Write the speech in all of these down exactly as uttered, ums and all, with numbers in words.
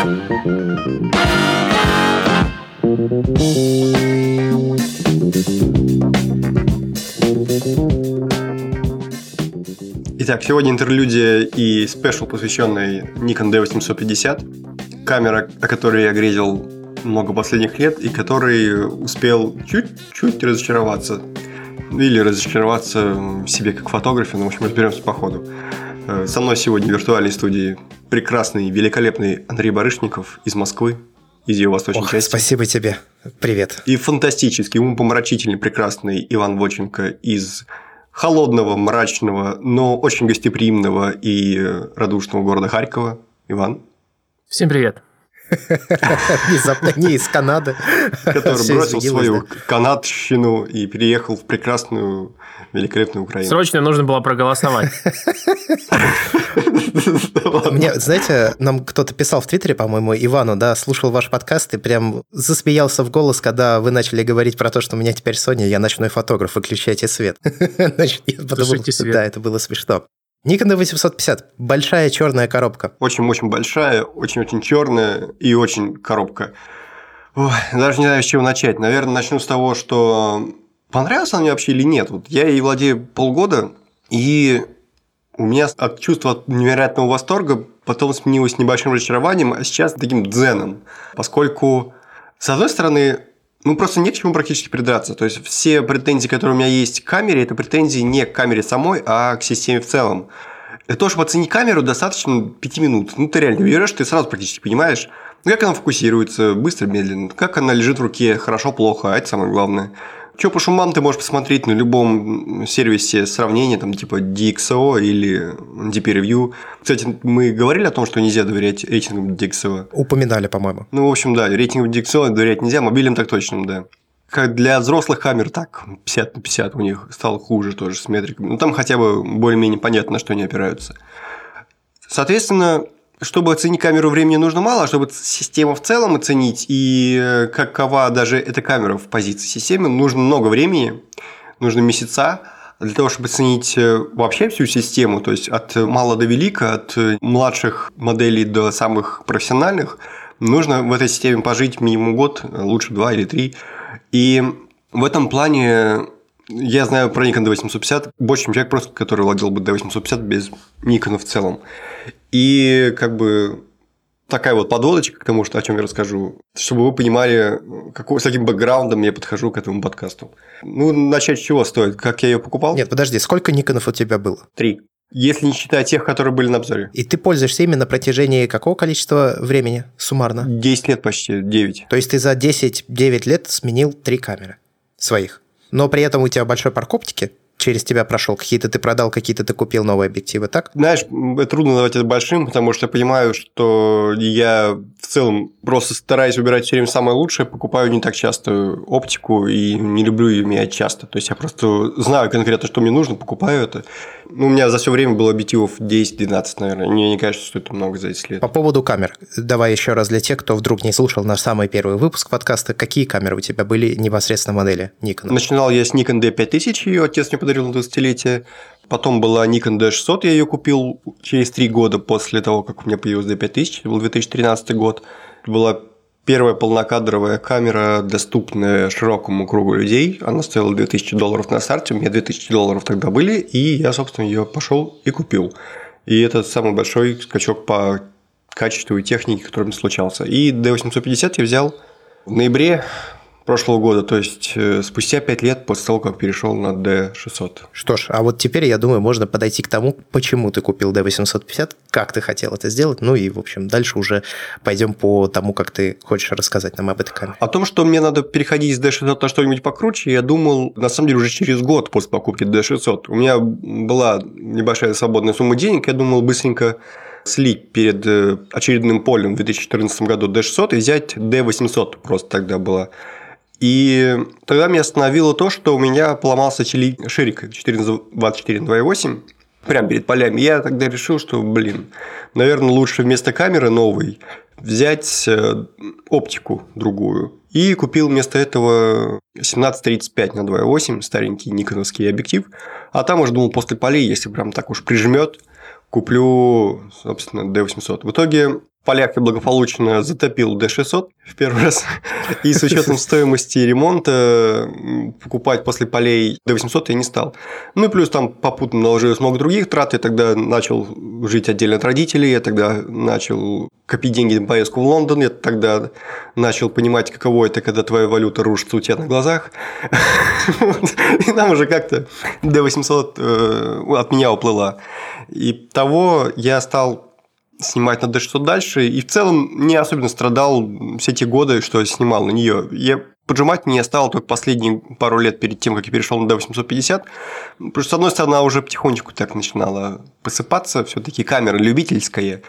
Итак, сегодня интерлюдия и спешл, посвященный Nikon ди восемьсот пятьдесят. Камера, о которой я грезил много последних лет и который успел чуть-чуть разочароваться. Или разочароваться в себе как фотографе, но, в общем, разберемся по ходу. Со мной сегодня в виртуальной студии прекрасный, великолепный Андрей Барышников из Москвы, из ее восточной Ох, части. Спасибо тебе. Привет. И фантастический, умопомрачительный, прекрасный Иван Воченко из холодного, мрачного, но очень гостеприимного и радушного города Харькова. Иван. Всем привет. Внезапно не из Канады. Который бросил свою канадщину и переехал в прекрасную, великолепную Украину. Срочно нужно было проголосовать. Мне, знаете, нам кто-то писал в Твиттере, по-моему, Ивану, да, слушал ваш подкаст и прям засмеялся в голос, когда вы начали говорить про то, что у меня теперь Sony, я ночной фотограф, выключайте свет. Значит, я подумал, да, это было смешно. Nikon ди восемьсот пятьдесят. Большая черная коробка. Очень-очень большая, очень-очень черная и очень коробка. Ой, даже не знаю, с чего начать. Наверное, начну с того, что понравился он мне вообще или нет. Вот я ей владею полгода, и у меня от чувства невероятного восторга потом сменилось небольшим разочарованием, а сейчас таким дзеном. Поскольку, с одной стороны, ну, просто не к чему практически придраться. То есть, все претензии, которые у меня есть к камере, это претензии не к камере самой, а к системе в целом. Для того, чтобы оценить камеру, достаточно пяти минут. Ну, ты реально берешь, ты сразу практически понимаешь, как она фокусируется, быстро, медленно, как она лежит в руке, хорошо, плохо, а это самое главное. Что по шумам ты можешь посмотреть на любом сервисе сравнения, там, типа ди экс о или ди пи Review. Кстати, мы говорили о том, что нельзя доверять рейтингам ди экс о. Упоминали, по-моему. Ну, в общем, да, рейтингам ди экс о доверять нельзя, мобильным так точно, да. Как для взрослых камер, так, пятьдесят на пятьдесят у них стало хуже тоже с метриками. Ну, там хотя бы более-менее понятно, на что они опираются. Соответственно, чтобы оценить камеру, времени нужно мало, а чтобы систему в целом оценить и какова даже эта камера в позиции системы, нужно много времени, нужно месяца для того, чтобы оценить вообще всю систему, то есть от мала до велика, от младших моделей до самых профессиональных, нужно в этой системе пожить минимум год, лучше два или три. И в этом плане я знаю про Nikon ди восемьсот пятьдесят больше, чем человек, просто который владел бы ди восемьсот пятьдесят без Nikon в целом. И как бы такая вот подводочка к тому, что, о чем я расскажу, чтобы вы понимали, какой, с каким бэкграундом я подхожу к этому подкасту. Ну, начать с чего стоит? Как я ее покупал? Нет, подожди, сколько Никонов у тебя было? Три. Если не считать тех, которые были на обзоре. И ты пользуешься ими на протяжении какого количества времени суммарно? десять лет почти, девять. То есть ты за десять-девять лет сменил три камеры своих. Но при этом у тебя большой парк оптики, через тебя прошел, какие-то ты продал, какие-то ты купил новые объективы, так? Знаешь, трудно назвать это большим, потому что я понимаю, что я в целом просто стараюсь выбирать все время самое лучшее, покупаю не так часто оптику и не люблю ее менять часто. То есть, я просто знаю конкретно, что мне нужно, покупаю это. Ну, у меня за все время было объективов десять-двенадцать, наверное. Мне не кажется, что это много за десять лет. По поводу камер. Давай еще раз для тех, кто вдруг не слушал наш самый первый выпуск подкаста. Какие камеры у тебя были непосредственно модели Nikon? Начинал я с Nikon ди пять тысяч, ее отец мне подарил на двадцатилетие. Потом была Nikon ди шестьсот, я ее купил через три года после того, как у меня появилась ди пять тысяч. Это был две тысячи тринадцатый год. Это была первая полнокадровая камера, доступная широкому кругу людей. Она стоила две тысячи долларов на старте. У меня две тысячи долларов тогда были, и я, собственно, ее пошел и купил. И это самый большой скачок по качеству и технике, который мне случался. И ди восемьсот пятьдесят я взял в ноябре прошлого года, то есть спустя пять лет после того, как перешел на ди шестьсот. Что ж, а вот теперь, я думаю, можно подойти к тому, почему ты купил ди восемьсот пятьдесят, как ты хотел это сделать, ну и, в общем, дальше уже пойдем по тому, как ты хочешь рассказать нам об этой камере. О том, что мне надо переходить с ди шестьсот на что-нибудь покруче, я думал, на самом деле, уже через год после покупки ди шестьсот. У меня была небольшая свободная сумма денег, я думал быстренько слить перед очередным полем в две тысячи четырнадцатом году ди шестьсот и взять ди восемьсот, просто тогда была. И тогда меня остановило то, что у меня поломался ширик четыре двадцать четыре на два восемь прямо перед полями. Я тогда решил, что, блин, наверное, лучше вместо камеры новой взять оптику другую. И купил вместо этого семнадцать тридцать пять на два восемь, старенький никоновский объектив. А там уже думал, после полей, если прям так уж прижмет, куплю, собственно, ди восемьсот. В итоге полях я благополучно затопил ди шестьсот в первый раз. И с учетом стоимости ремонта покупать после полей ди восемьсот я не стал. Ну и плюс там попутно наложилось много других трат. Я тогда начал жить отдельно от родителей, я тогда начал копить деньги на поездку в Лондон, я тогда начал понимать, каково это, когда твоя валюта рушится у тебя на глазах. И нам уже как-то ди восемьсот от меня уплыла. И того я стал снимать на ди шестьсот дальше, и в целом не особенно страдал все те годы, что я снимал на нее. Я поджимать мне стало только последние пару лет перед тем, как я перешел на ди восемьсот пятьдесят. Потому что, с одной стороны, она уже потихонечку так начинала посыпаться, все-таки камера любительская,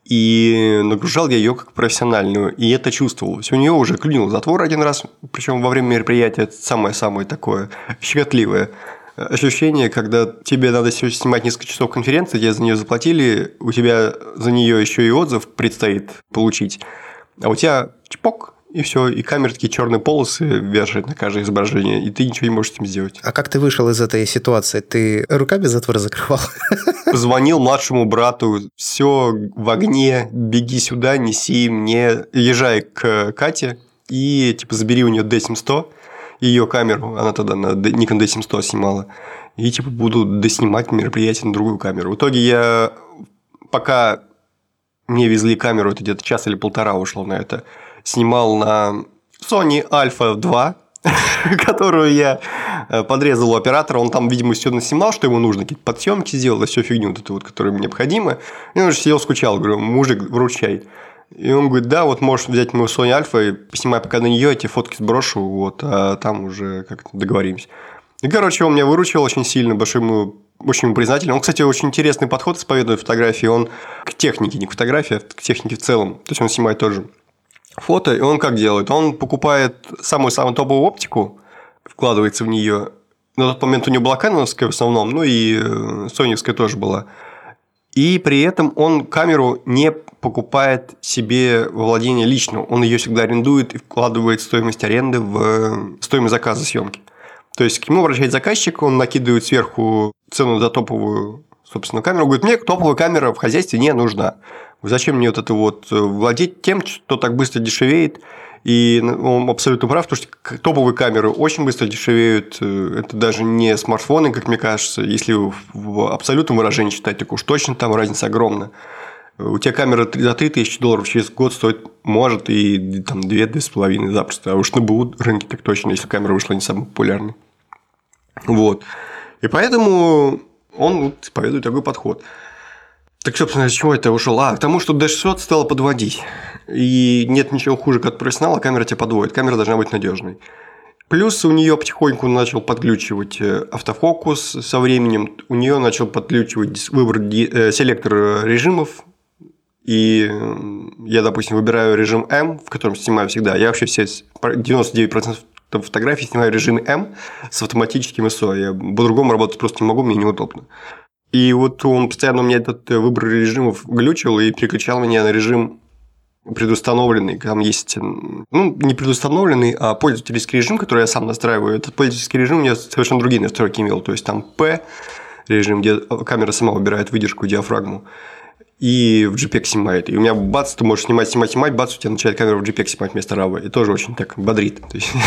и нагружал я ее как профессиональную, и это чувствовалось. У нее уже клюнул затвор один раз, причем во время мероприятия это самое-самое такое щекотливое ощущение, когда тебе надо снимать несколько часов конференции, тебе за нее заплатили, у тебя за нее еще и отзыв предстоит получить, а у тебя чпок, и все, и камера такие черные полосы вешает на каждое изображение, и ты ничего не можешь с этим сделать. А как ты вышел из этой ситуации? Ты руками затвор закрывал? Позвонил младшему брату, все в огне, беги сюда, неси мне, езжай к Кате и типа забери у нее ди семь сто, ее камеру, она тогда на Nikon ди семь сто снимала, и типа буду доснимать мероприятие на другую камеру. В итоге я, пока мне везли камеру, это где-то час или полтора ушло на это, снимал на Sony Alpha два, которую я подрезал у оператора. Он там, видимо, все наснимал, что ему нужно, какие-то подсъемки сделал, всю фигню, вот эту вот, которая необходима. И он же сидел, скучал, говорю, мужик, вручай. И он говорит, да, вот можешь взять мою Sony Alpha и поснимай пока на нее, я тебе фотки сброшу, вот, а там уже как-то договоримся. И, короче, он меня выручил очень сильно, большой ему, очень ему признателен. Он, кстати, очень интересный подход исповедует фотографии, он к технике, не к фотографии, а к технике в целом. То есть, он снимает тоже фото, и он как делает? Он покупает самую-самую топовую оптику, вкладывается в нее. На тот момент у него была каноновская в основном, ну и соневская тоже была. И при этом он камеру не покупает себе во владение лично. Он ее всегда арендует и вкладывает стоимость аренды в стоимость заказа съемки. То есть, к нему обращается заказчик, он накидывает сверху цену за топовую, собственно, камеру. Говорит, мне топовая камера в хозяйстве не нужна. Зачем мне вот это вот владеть тем, что так быстро дешевеет? И он абсолютно прав, потому что топовые камеры очень быстро дешевеют. Это даже не смартфоны, как мне кажется. Если в абсолютном выражении считать, так уж точно там разница огромная. У тебя камера за три тысячи долларов через год стоит, может, и там две-две с половиной запросто. А уж на БУ рынке так точно, если камера вышла не самой популярной. Вот. И поэтому он исповедует такой подход. Так, собственно, с чего это ушел? А, к тому, что ди шестьсот стала подводить. И нет ничего хуже, как профессионала, камера тебя подводит. Камера должна быть надежной. Плюс у нее потихоньку начал подключивать автофокус со временем. У нее начал подключивать выбор селектор режимов. И я, допустим, выбираю режим М, в котором снимаю всегда. Я вообще все девяносто девять процентов фотографий снимаю в режиме М с автоматическим ай эс о. Я по-другому работать просто не могу, мне неудобно. И вот он постоянно у меня этот выбор режимов глючил и переключал меня на режим предустановленный. Там есть, ну, не предустановленный, а пользовательский режим, который я сам настраиваю. Этот пользовательский режим у меня совершенно другие настройки имел. То есть, там P режим, где камера сама выбирает выдержку, диафрагму. И в джей пег снимает. И у меня бац, ты можешь снимать, снимать, снимать, бац, у тебя начинает камера в джей пег снимать вместо рава. И тоже очень так бодрит. То есть,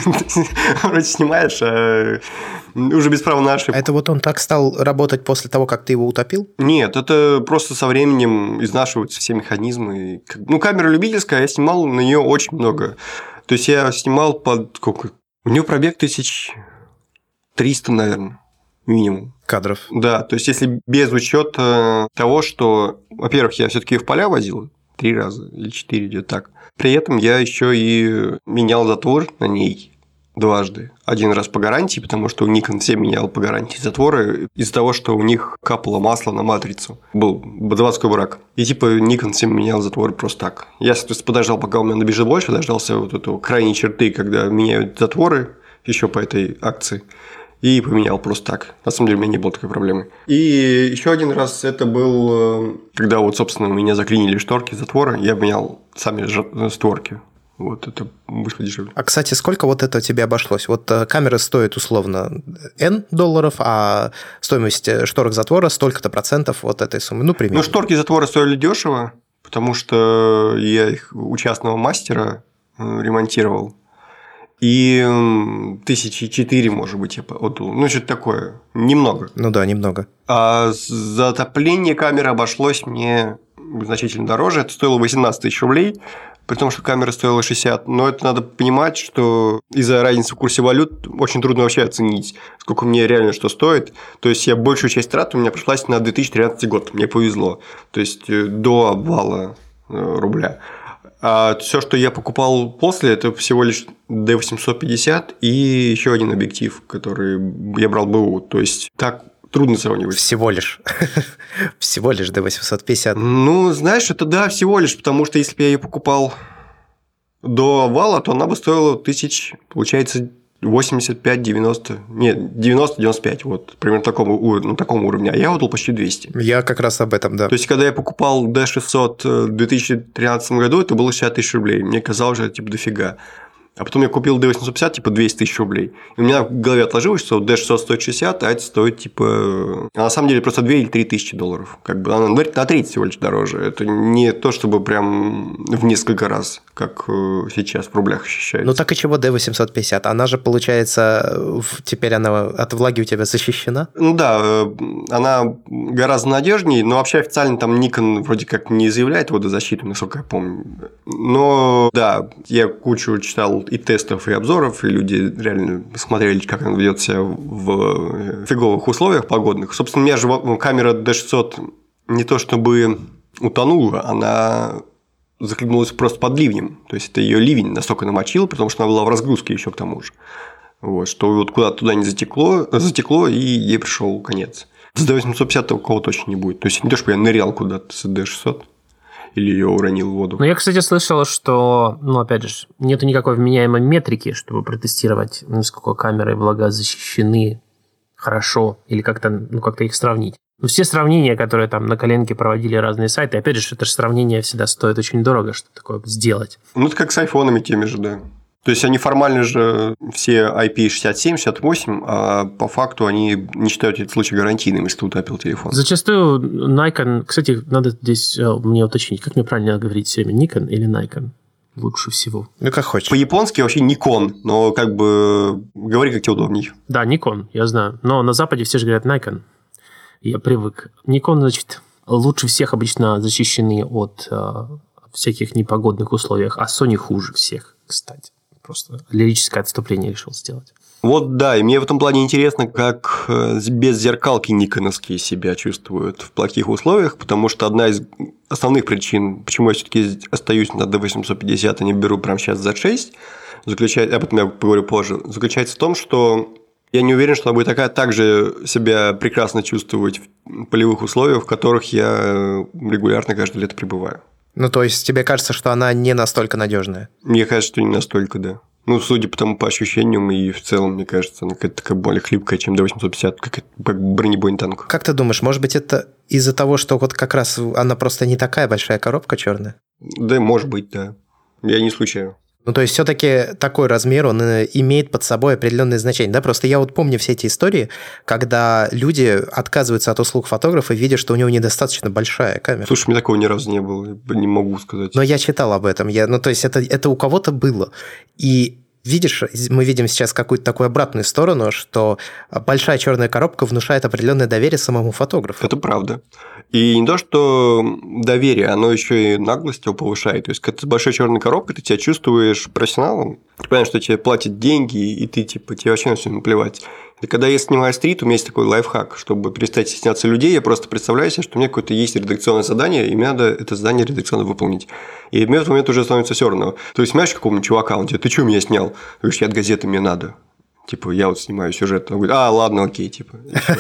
вроде снимаешь, а уже без права на ошибку. Это вот он так стал работать после того, как ты его утопил? Нет, это просто со временем изнашиваются все механизмы. Ну, камера любительская, я снимал на нее очень много. То есть, я снимал под... Сколько? У нее пробег тысяч триста, наверное. Минимум. Кадров. Да, то есть, если без учета того, что, во-первых, я все-таки в поля возил три раза или четыре, где-то так. При этом я еще и менял затвор на ней дважды. Один раз по гарантии, потому что у Nikon все менял по гарантии затворы из-за того, что у них капало масло на матрицу. Был заводской брак. И типа Nikon всем менял затворы просто так. Я, соответственно, подождал, пока у меня набежит больше, дождался вот этого крайней черты, когда меняют затворы еще по этой акции. И поменял просто так. На самом деле, у меня не было такой проблемы. И еще один раз это был, когда вот, собственно, у меня заклинили шторки затвора, я менял сами створки. Вот это вышло дешевле. А, кстати, сколько вот это тебе обошлось? Вот камера стоит условно N долларов, а стоимость шторок затвора столько-то процентов вот этой суммы. Ну, примерно. Ну, шторки затвора стоили дешево, потому что я их у частного мастера ремонтировал. И тысячи четыре, может быть, я отдал. Ну, что-то такое. Немного. Ну да, немного. А за отопление камеры обошлось мне значительно дороже. Это стоило восемнадцать тысяч рублей, при том, что камера стоила шестьдесят. Но это надо понимать, что из-за разницы в курсе валют очень трудно вообще оценить, сколько мне реально что стоит. То есть, я большую часть трат у меня пришлась на две тысячи тринадцатый год. Мне повезло. То есть, до обвала рубля. А все, что я покупал после, это всего лишь ди восемьсот пятьдесят и еще один объектив, который я брал БУ. То есть, так трудно сравнивать. Всего лишь. Всего лишь ди восемьсот пятьдесят. Ну, знаешь, это да, всего лишь, потому что если бы я ее покупал до обвала, то она бы стоила тысяч, получается, восемьдесят пять девяносто. Нет, девяносто девяносто пять. Вот, примерно такому, на таком уровне. А я отдал почти двести. Я как раз об этом, да. То есть, когда я покупал ди шестьсот в две тысячи тринадцатом году, это было шестьдесят тысяч рублей. Мне казалось, что это типа дофига. А потом я купил ди восемьсот пятьдесят, типа двести тысяч рублей. И у меня в голове отложилось, что ди шестьсот стоит шестьдесят, а это стоит типа... А на самом деле просто две или три тысячи долларов. Как бы она на треть всего лишь дороже. Это не то, чтобы прям в несколько раз, как сейчас в рублях ощущается. Ну так и чего ди восемьсот пятьдесят? Она же, получается, теперь она от влаги у тебя защищена? Ну да, она гораздо надежнее, но вообще официально там Nikon вроде как не заявляет водозащиту, насколько я помню. Но да, я кучу читал и тестов, и обзоров, и люди реально смотрели, как он ведет себя в фиговых условиях погодных. Собственно, у меня же камера ди шестьсот не то чтобы утонула, она захлебнулась просто под ливнем. То есть, это ее ливень настолько намочил, потому что она была в разгрузке еще к тому же. Вот, что вот куда-то туда не затекло, затекло, и ей пришел конец. С ди восемьсот пятьдесят такого точно не будет. То есть, не то, чтобы я нырял куда-то с ди шестьсот. Или ее уронил в воду. Ну, я, кстати, слышал, что, ну, опять же, нету никакой вменяемой метрики, чтобы протестировать, насколько камеры влагозащищены хорошо, или как-то, ну, как-то их сравнить. Ну, все сравнения, которые там на коленке проводили разные сайты, опять же, это же сравнение всегда стоит очень дорого, что такое сделать. Ну, это как с айфонами теми же, да. То есть, они формально же все ай пи шестьдесят семь, шестьдесят восемь, а по факту они не считают этот случай гарантийным, если ты утопил телефон. Зачастую Nikon... Кстати, надо здесь мне уточнить, как мне правильно говорить все время, Nikon или Nikon лучше всего? Ну, как хочешь. По-японски вообще Nikon, но как бы говори, как тебе удобней. Да, Nikon, я знаю. Но на Западе все же говорят Nikon. Я привык. Nikon, значит, лучше всех обычно защищены от э, всяких непогодных условий, а Sony хуже всех, кстати. Просто лирическое отступление решил сделать. Вот да, и мне в этом плане интересно, как без зеркалки никоновские себя чувствуют в плохих условиях, потому что одна из основных причин, почему я все-таки остаюсь на ди восемьсот пятьдесят, а не беру прямо сейчас зет шесть, заключается, об этом я поговорю позже, заключается в том, что я не уверен, что она будет такая, так же себя прекрасно чувствовать в полевых условиях, в которых я регулярно каждое лето пребываю. Ну, то есть, тебе кажется, что она не настолько надежная? Мне кажется, что не настолько, да. Ну, судя по тому, по ощущениям, и в целом, мне кажется, она какая-то такая более хлипкая, чем ди восемьсот пятьдесят, как, как бронебойный танк. Как ты думаешь, может быть, это из-за того, что вот как раз она просто не такая большая коробка черная? Да, может быть, да. Я не исключаю. Ну, то есть, все-таки такой размер, он имеет под собой определенное значение, да? Просто я вот помню все эти истории, когда люди отказываются от услуг фотографа, видя, что у него недостаточно большая камера. Слушай, мне такого ни разу не было, не могу сказать. Но я читал об этом. Я, ну, то есть, это, это у кого-то было. И видишь, мы видим сейчас какую-то такую обратную сторону, что большая черная коробка внушает определенное доверие самому фотографу. Это правда. И не то, что доверие, оно еще и наглость его повышает. То есть, когда ты с большой черной коробкой, ты себя чувствуешь профессионалом, ты понимаешь, что тебе платят деньги, и ты типа тебе вообще на все наплевать. И когда я снимаю стрит, у меня есть такой лайфхак, чтобы перестать стесняться людей, я просто представляю себе, что у меня какое-то есть редакционное задание, и мне надо это задание редакционно выполнить. И мне в этот момент уже становится все равно. То есть, знаешь, какому-нибудь чувака, он тебе, ты что меня снял? Ты говоришь, я от газеты, мне надо. Типа, я вот снимаю сюжет. Он говорит, а, ладно, окей, типа.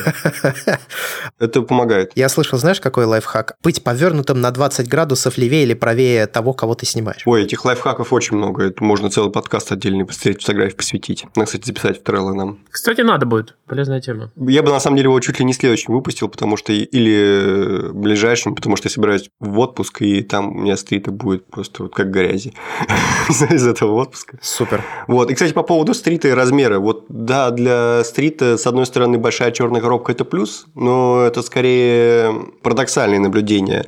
Это помогает. Я слышал, знаешь, какой лайфхак? Быть повернутым на двадцать градусов левее или правее того, кого ты снимаешь. Ой, этих лайфхаков очень много. Это можно целый подкаст отдельный посмотреть, фотографии посвятить. Надо, кстати, записать в Trello нам. Кстати, надо будет. Полезная тема. Я бы, на самом деле, его чуть ли не следующим выпустил, потому что... Или ближайшим, потому что я собираюсь в отпуск, и там у меня стрита будет просто вот как грязи из этого отпуска. Супер. Вот. И, кстати, по поводу стрита и размера. Вот, да, для стрита, с одной стороны, большая черная коробка – это плюс, но это скорее парадоксальное наблюдение.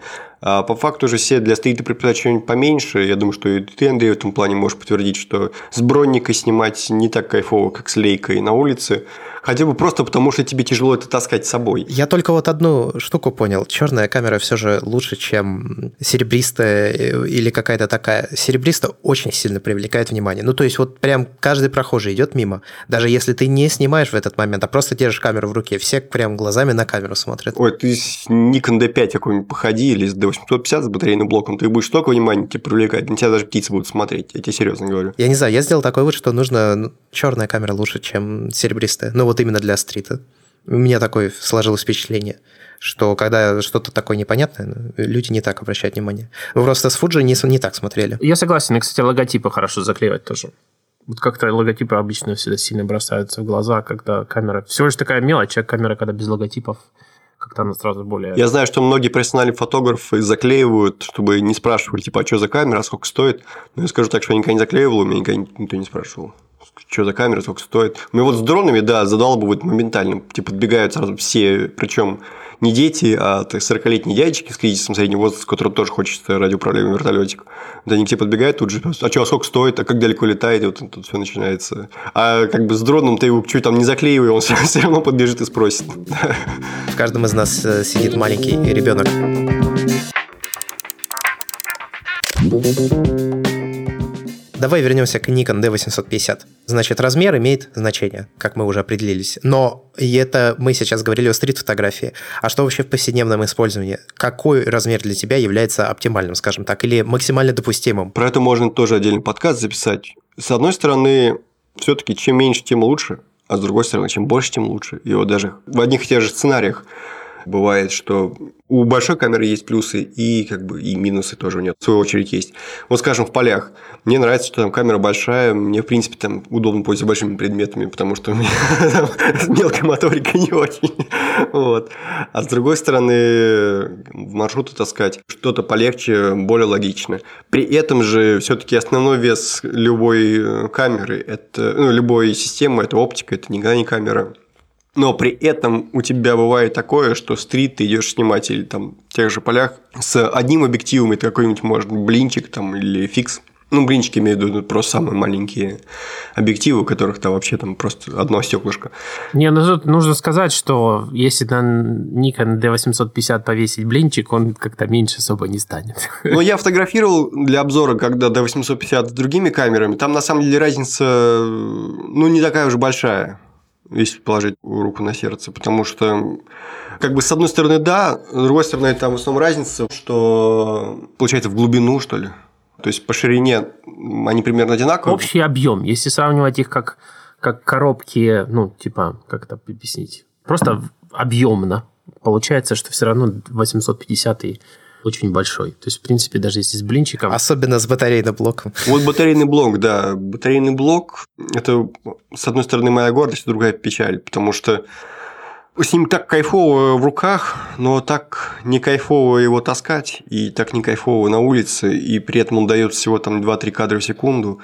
А по факту же все для стрита предпочитают что-нибудь поменьше. Я думаю, что и ты, Андрей, в этом плане можешь подтвердить, что с бронникой снимать не так кайфово, как с лейкой на улице. Хотя бы просто потому, что тебе тяжело это таскать с собой. Я только вот одну штуку понял. Черная камера все же лучше, чем серебристая или какая-то такая. Серебристая очень сильно привлекает внимание. Ну, то есть, вот прям каждый прохожий идет мимо. Даже если ты не снимаешь в этот момент, а просто держишь камеру в руке, все прям глазами на камеру смотрят. Ой, ты с Nikon ди пять какой-нибудь походи или с ди восемьсот пятьдесят с батарейным блоком, ты будешь столько внимания тебе привлекать, на тебя даже птицы будут смотреть. Я тебе серьезно говорю. Я не знаю, я сделал такой вывод, что нужно черная камера лучше, чем серебристая. Ну, вот именно для стрита. У меня такое сложилось впечатление, что когда что-то такое непонятное, люди не так обращают внимание. Вы просто с Fuji не, не так смотрели. Я согласен. И, кстати, логотипы хорошо заклеивать тоже. Вот как-то логотипы обычно всегда сильно бросаются в глаза, когда камера... Всего лишь такая мелочь, а камера, когда без логотипов, как-то она сразу более... Я знаю, что многие профессиональные фотографы заклеивают, чтобы не спрашивали, типа, а что за камера, а сколько стоит. Но я скажу так, что я никогда не заклеивал, у меня никогда никто не спрашивал. Что за камера, сколько стоит. У меня вот с дронами, да, задалбывают моментально. Типа, подбегают сразу все, причем не дети, а сорокалетние дядечки с кризисом среднего возраста, которым тоже хочется радиоуправляемый вертолетик. Да они к тебе подбегают тут же, а что, а сколько стоит, а как далеко летает, и вот тут все начинается. А как бы с дроном ты его чуть там не заклеивай, он все равно подбежит и спросит. В каждом из нас сидит маленький ребенок. Давай вернемся к Nikon ди восемьсот пятьдесят. Значит, размер имеет значение, как мы уже определились. Но и это мы сейчас говорили о стрит-фотографии. А что вообще в повседневном использовании? Какой размер для тебя является оптимальным, скажем так, или максимально допустимым? Про это можно тоже отдельный подкаст записать. С одной стороны, все-таки чем меньше, тем лучше. А с другой стороны, чем больше, тем лучше. И вот даже в одних и тех же сценариях бывает, что у большой камеры есть плюсы и как бы и минусы тоже у нее в свою очередь есть. Вот, скажем, в полях. Мне нравится, что там камера большая, мне, в принципе, там удобно пользоваться большими предметами, потому что у меня с мелкой моторикой не очень. Вот. А с другой стороны, в маршруты таскать что-то полегче, более логично. При этом же все-таки основной вес любой камеры, это, ну, любой системы, это оптика, это никогда не камера. Но при этом у тебя бывает такое, что стрит ты идешь снимать или там в тех же полях с одним объективом, это какой-нибудь, может, блинчик там, или фикс. Ну, блинчики имею в виду просто самые маленькие объективы, у которых там вообще там просто одно стеклышко. Не, ну тут нужно сказать, что если на Nikon ди восемьсот пятьдесят повесить блинчик, он как-то меньше особо не станет. Но я фотографировал для обзора, когда ди восемьсот пятьдесят с другими камерами, там на самом деле разница, ну, не такая уж большая. Если положить руку на сердце, потому что, как бы, с одной стороны, да, с другой стороны, там в основном разница, что получается в глубину, что ли. То есть по ширине они примерно одинаковые. Общий объем, если сравнивать их как, как коробки, ну, типа, как это объяснить, просто объемно, получается, что все равно восемьсот пятьдесят очень большой. То есть, в принципе, даже если с блинчиком... Особенно с батарейным блоком. Вот батарейный блок, да. Батарейный блок – это, с одной стороны, моя гордость, а другая печаль, потому что с ним так кайфово в руках, но так не кайфово его таскать, и так не кайфово на улице, и при этом он дает всего там два-три кадра в секунду,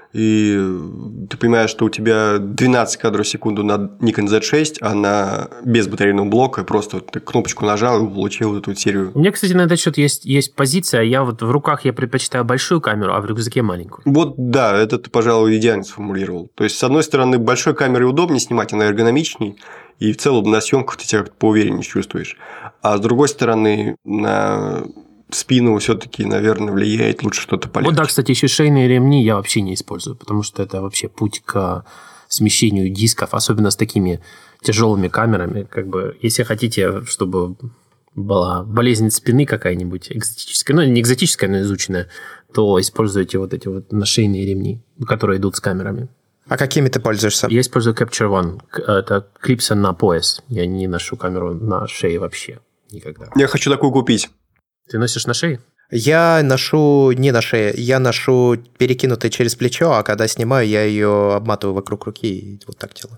и ты понимаешь, что у тебя двенадцать кадров в секунду на Nikon зет шесть, а на без батарейного блока просто ты кнопочку нажал и получил эту серию. У меня, кстати, на этот счет есть, есть позиция. Я вот в руках я предпочитаю большую камеру, а в рюкзаке маленькую. Вот да, это ты, пожалуй, идеально сформулировал. То есть, с одной стороны, большой камерой удобнее снимать, она эргономичней, и в целом на съемках ты себя как-то поувереннее чувствуешь. А с другой стороны, на спину все-таки, наверное, влияет лучше что-то полегче. Вот да, кстати, еще шейные ремни я вообще не использую, потому что это вообще путь к смещению дисков, особенно с такими тяжелыми камерами. Как бы, если хотите, чтобы была болезнь спины какая-нибудь экзотическая, ну, не экзотическая, но изученная, то используйте вот эти вот нашейные ремни, которые идут с камерами. А какими ты пользуешься? Я использую Capture One. Это клипса на пояс. Я не ношу камеру на шее вообще никогда. Я хочу такую купить. Ты носишь на шее? Я ношу не на шее, я ношу перекинутой через плечо, а когда снимаю, я ее обматываю вокруг руки и вот так делаю.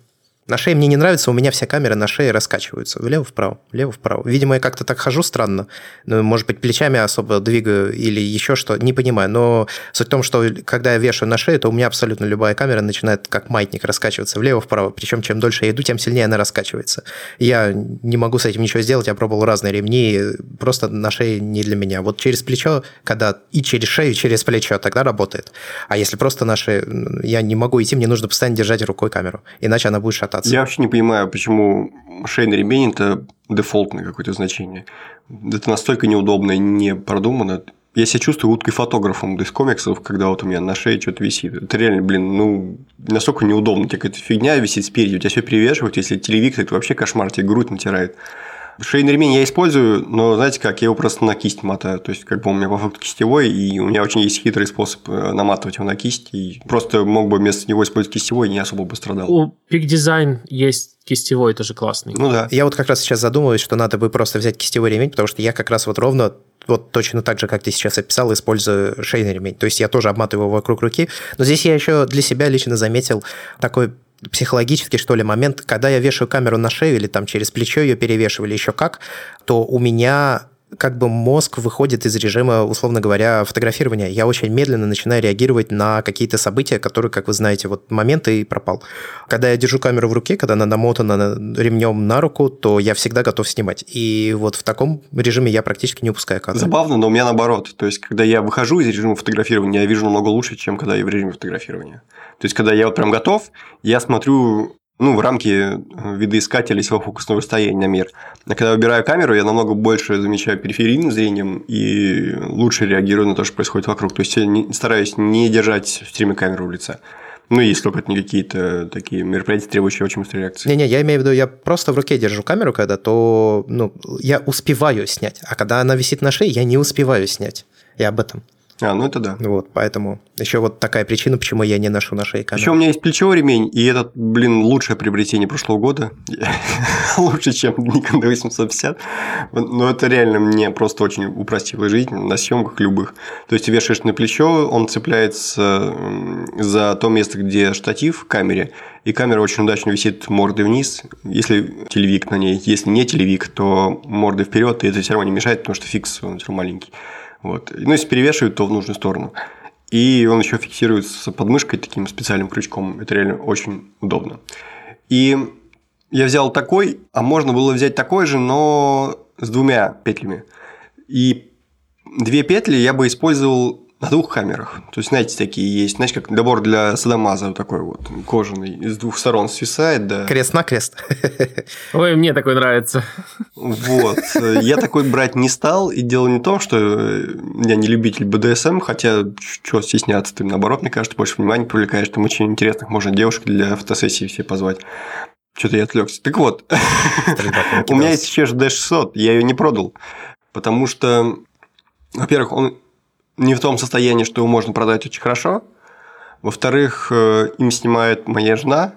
На шее мне не нравится, у меня все камеры на шее раскачиваются. Влево-вправо, влево-вправо. Видимо, я как-то так хожу странно. Ну, может быть, плечами особо двигаю или еще что, не понимаю. Но суть в том, что когда я вешаю на шею, то у меня абсолютно любая камера начинает как маятник раскачиваться влево-вправо. Причем, чем дольше я иду, тем сильнее она раскачивается. Я не могу с этим ничего сделать, я пробовал разные ремни, просто на шее не для меня. Вот через плечо, когда и через шею, и через плечо, тогда работает. А если просто на шее, я не могу идти, мне нужно постоянно держать рукой камеру, иначе она будет шататься. Я вообще не понимаю, почему шейный ремень – это дефолтное какое-то значение. Это настолько неудобно и не продумано. Я себя чувствую уткой-фотографом из комиксов, когда вот у меня на шее что-то висит. Это реально, блин, ну, настолько неудобно. У тебя какая-то фигня висит спереди, у тебя все перевешивают. Если телевик, то это вообще кошмар, тебе грудь натирает. Шейный ремень я использую, но знаете как, я его просто на кисть мотаю. То есть, как бы у меня по факту кистевой, и у меня очень есть хитрый способ наматывать его на кисть. И просто мог бы вместо него использовать кистевой, и не особо бы страдал. У Peak Design есть кистевой, тоже классный. Ну да. Я вот как раз сейчас задумываюсь, что надо бы просто взять кистевой ремень, потому что я как раз вот ровно вот точно так же, как ты сейчас описал, использую шейный ремень. То есть, я тоже обматываю его вокруг руки. Но здесь я еще для себя лично заметил такой психологический, что ли, момент, когда я вешаю камеру на шею или там через плечо ее перевешиваю или еще как, то у меня как бы мозг выходит из режима, условно говоря, фотографирования. Я очень медленно начинаю реагировать на какие-то события, которые, как вы знаете, вот момент и пропал. Когда я держу камеру в руке, когда она намотана ремнем на руку, то я всегда готов снимать. И вот в таком режиме я практически не упускаю кадры. Забавно, но у меня наоборот. То есть, когда я выхожу из режима фотографирования, я вижу намного лучше, чем когда я в режиме фотографирования. То есть, когда я вот прям готов, я смотрю... ну, в рамки видоискателя своего фокусного расстояния на мир. А когда выбираю камеру, я намного больше замечаю периферийным зрением и лучше реагирую на то, что происходит вокруг. То есть, я не, стараюсь не держать все время камеру в лице. Ну, если только это не какие-то такие мероприятия, требующие очень быстрой реакции. Не-не, я имею в виду, я просто в руке держу камеру, когда, то ну, я успеваю снять. А когда она висит на шее, я не успеваю снять. Я об этом. А, ну это да. Вот, поэтому еще вот такая причина, почему я не ношу на шее камеру. Еще у меня есть плечевой ремень, и этот, блин, лучшее приобретение прошлого года. Лучше, чем Nikon ди восемьсот пятьдесят. Но это реально мне просто очень упростило жизнь на съемках любых. То есть, ты вешаешь на плечо, он цепляется за то место, где штатив в камере, и камера очень удачно висит мордой вниз, если телевик на ней. Если не телевик, то мордой вперед, и это все равно не мешает, потому что фикс, он все равно маленький. Вот. Ну, если перевешивают, то в нужную сторону. И он еще фиксируется под мышкой таким специальным крючком. Это реально очень удобно. И я взял такой, а можно было взять такой же, но с двумя петлями. И две петли я бы использовал на двух камерах. То есть, знаете, такие есть, знаете, как набор для садомаза вот такой вот, кожаный, с двух сторон свисает, да. Крест-накрест. Ой, мне такой нравится. Вот. Я такой брать не стал, и дело не в том, что я не любитель бэ дэ эс эм, хотя, что стесняться, ты, наоборот, мне кажется, больше внимания привлекаешь, там очень интересных можно девушек для фотосессии все позвать. Что-то я отвлекся. Так вот, у меня есть еще ди шестьсот, я ее не продал, потому что, во-первых, он не в том состоянии, что его можно продать очень хорошо. Во-вторых, им снимает моя жена.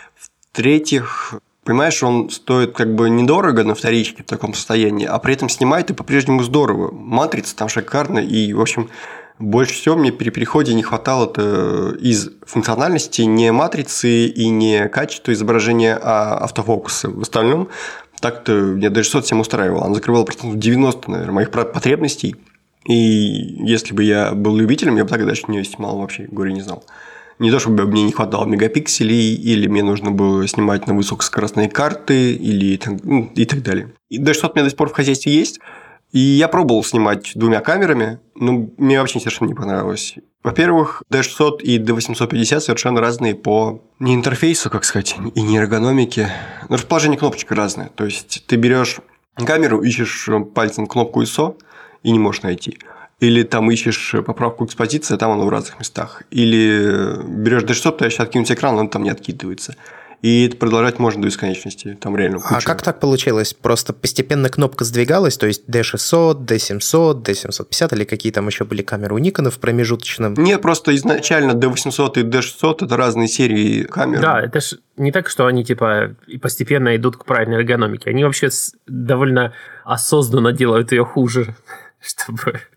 В-третьих, понимаешь, он стоит как бы недорого на вторичке в таком состоянии, а при этом снимает и по-прежнему здорово. Матрица там шикарная. И, в общем, больше всего мне при переходе не хватало из функциональности не матрицы и не качества изображения, а автофокуса. В остальном так-то меня ди шестьсот всем устраивал. Он закрывал процентов девяносто, наверное, моих потребностей. И если бы я был любителем, я бы тогда даже не снимал вообще, горе не знал. Не то, чтобы мне не хватало мегапикселей, или мне нужно было снимать на высокоскоростные карты, или ну, и так далее. И ди шестьсот у меня до сих пор в хозяйстве есть. И я пробовал снимать двумя камерами, но мне вообще совершенно не понравилось. Во-первых, ди шестьсот и ди восемьсот пятьдесят совершенно разные по не интерфейсу, как сказать, и не эргономике. Но расположение кнопочек разное. То есть, ты берешь камеру, ищешь пальцем кнопку ай эс о, и не можешь найти. Или там ищешь поправку экспозиции, а там оно в разных местах. Или берешь ди шестьсот, пытаешься откинуть экран, он там не откидывается. И это продолжать можно до бесконечности. Там реально куча. А как так получилось? Просто постепенно кнопка сдвигалась, то есть ди шестьсот, ди семьсот, ди семьсот пятьдесят или какие там еще были камеры у Никона в промежуточном? Нет, просто изначально ди восемьсот и ди шестьсот – это разные серии камер. Да, это ж не так, что они типа постепенно идут к правильной эргономике. Они вообще довольно осознанно делают ее хуже, чтобы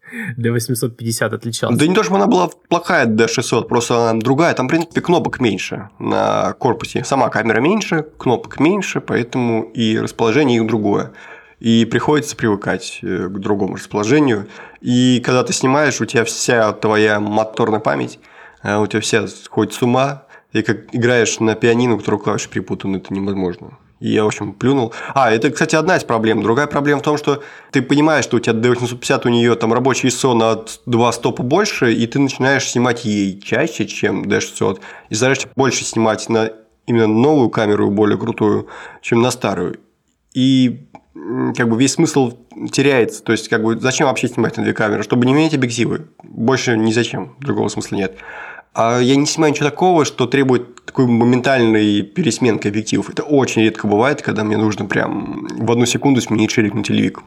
ди восемьсот пятьдесят отличалась? Да не то, чтобы она была плохая ди шестьсот, просто она другая. Там, в принципе, кнопок меньше на корпусе. Сама камера меньше, кнопок меньше, поэтому и расположение их другое. И приходится привыкать к другому расположению. И когда ты снимаешь, у тебя вся твоя моторная память, у тебя вся сходит с ума. И как играешь на пианино, у которого клавиши припутаны, это невозможно. И я, в общем, плюнул. А, это, кстати, одна из проблем. Другая проблема в том, что ты понимаешь, что у тебя ди восемьсот пятьдесят, у нее там рабочий ай эс о на два стопа больше, и ты начинаешь снимать ей чаще, чем ди шестьсот. И стараешься больше снимать на именно новую камеру, более крутую, чем на старую. И как бы весь смысл теряется. То есть, как бы зачем вообще снимать на две камеры? Чтобы не менять объективы. Больше ни зачем. Другого смысла нет. А я не снимаю ничего такого, что требует такой моментальной пересменки объективов. Это очень редко бывает, когда мне нужно прям в одну секунду сменить ширик на телевик.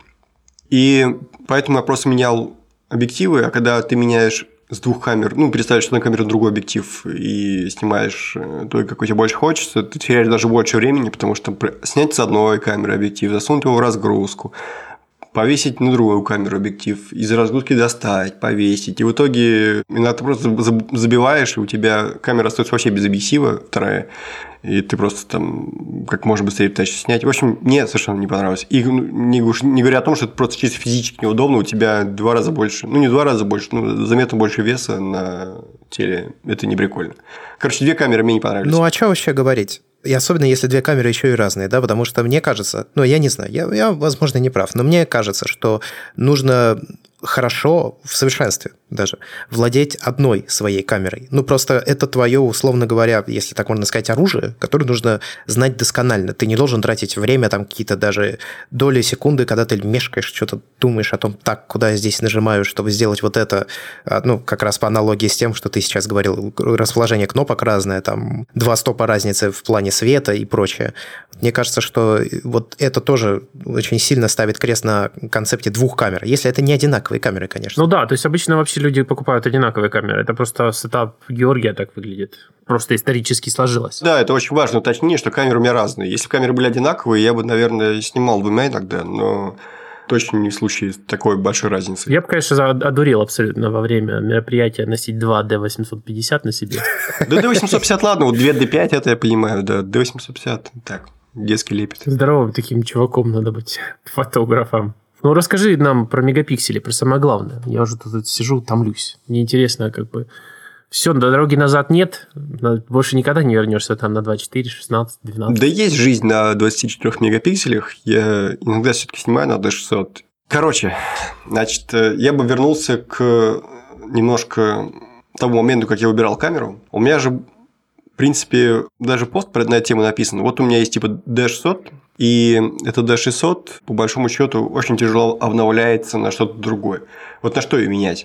И поэтому я просто менял объективы, а когда ты меняешь с двух камер, ну, переставишь одну камеру на другой объектив и снимаешь той, какой тебе больше хочется, ты теряешь даже больше времени, потому что снять с одной камеры объектив, засунуть его в разгрузку, повесить на другую камеру объектив, из разгрузки достать, повесить. И в итоге иногда ты просто забиваешь, и у тебя камера остается вообще без объектива, вторая, и ты просто там как можно быстрее пытаешься снять. В общем, мне совершенно не понравилось. И не, не говоря о том, что это просто чисто физически неудобно, у тебя два раза больше, ну не два раза больше, ну заметно больше веса на теле. Это не прикольно. Короче, две камеры мне не понравились. Ну а что вообще говорить? И особенно, если две камеры еще и разные, да, потому что мне кажется, ну, я не знаю, я, я, возможно, не прав, но мне кажется, что нужно хорошо, в совершенстве даже, владеть одной своей камерой. Ну, просто это твое, условно говоря, если так можно сказать, оружие, которое нужно знать досконально. Ты не должен тратить время, там, какие-то даже доли секунды, когда ты мешкаешь, что-то думаешь о том, так, куда я здесь нажимаю, чтобы сделать вот это. Ну, как раз по аналогии с тем, что ты сейчас говорил, расположение кнопок разное, там, два стопа разницы в плане света и прочее. Мне кажется, что вот это тоже очень сильно ставит крест на концепте двух камер, если это не одинаковые камеры, конечно. Ну да, то есть обычно вообще люди покупают одинаковые камеры. Это просто сетап Георгия так выглядит. Просто исторически сложилось. Да, это очень важно уточнение, что камеры у меня разные. Если бы камеры были одинаковые, я бы, наверное, снимал двумя иногда, но точно не в случае такой большой разницы. Я бы, конечно, одурел абсолютно во время мероприятия носить два ди восемьсот пятьдесят на себе. Да ди восемьсот пятьдесят, ладно, вот две ди пять, это я понимаю, да, ди восемьсот пятьдесят, так, детский лепет. Здоровым таким чуваком надо быть, фотографом. Ну, расскажи нам про мегапиксели, про самое главное. Я уже тут сижу, томлюсь. Мне интересно, как бы... Все, до дороги назад нет, больше никогда не вернешься там на двадцать четыре, шестнадцать, двенадцать. Да есть жизнь на двадцати четырёх мегапикселях. Я иногда все-таки снимаю на ди шестьсот. Короче, значит, я бы вернулся к немножко тому моменту, как я выбирал камеру. У меня же, в принципе, даже пост про эту тему написан. Вот у меня есть типа ди шестьсот, и этот ди шестьсот, по большому счету, очень тяжело обновляется на что-то другое. Вот на что ее менять?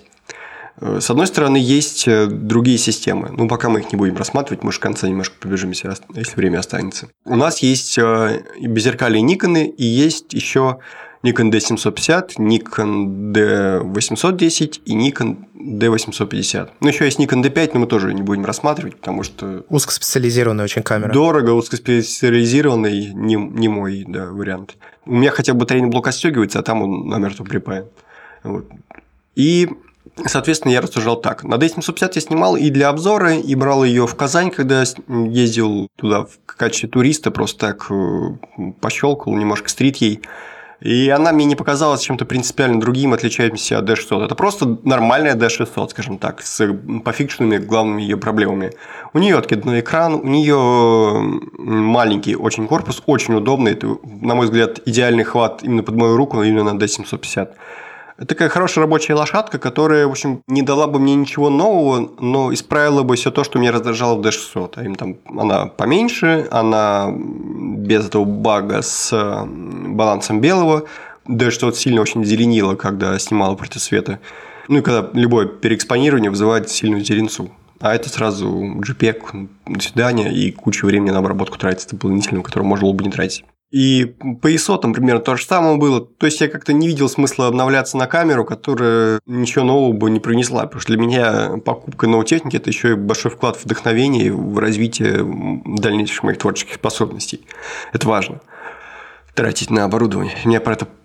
С одной стороны, есть другие системы. Ну, пока мы их не будем рассматривать, мы же в конце немножко пробежимся, если время останется. У нас есть беззеркальные Nikon, и есть еще Nikon ди семьсот пятьдесят, Nikon ди восемьсот десять и Nikon ди восемьсот пятьдесят. Ну, еще есть Nikon ди пять, но мы тоже не будем рассматривать, потому что... Узкоспециализированная очень камера. Дорого, узкоспециализированный, не, не мой да, вариант. У меня хотя бы батарейный блок отстегивается, а там он намертво припаян. Вот. И... Соответственно, я рассуждал так. На ди семьсот пятьдесят я снимал и для обзора, и брал ее в Казань, когда ездил туда в качестве туриста, просто так пощелкал, немножко стрит ей. И она мне не показалась чем-то принципиально другим, отличающимся от ди шестьсот. Это просто нормальная ди шестьсот, скажем так, с пофикшенными главными ее проблемами. У нее откидной экран, у нее маленький очень корпус, очень удобный. Это, на мой взгляд, идеальный хват именно под мою руку, именно на ди семьсот пятьдесят. Это такая хорошая рабочая лошадка, которая, в общем, не дала бы мне ничего нового, но исправила бы все то, что меня раздражало в ди шестьсот. А именно, там, она поменьше, она без этого бага с балансом белого. ди шестьсот сильно очень зеленила, когда снимала против света. Ну и когда любое переэкспонирование вызывает сильную зеленцу. А это сразу джипег, до свидания, и куча времени на обработку тратится дополнительно, которую можно было бы не тратить. И по ай эс о там примерно то же самое было. То есть, я как-то не видел смысла обновляться на камеру, которая ничего нового бы не принесла. Потому что для меня покупка новой техники – это еще и большой вклад в вдохновение и в развитие дальнейших моих творческих способностей. Это важно. Тратить на оборудование. Меня про это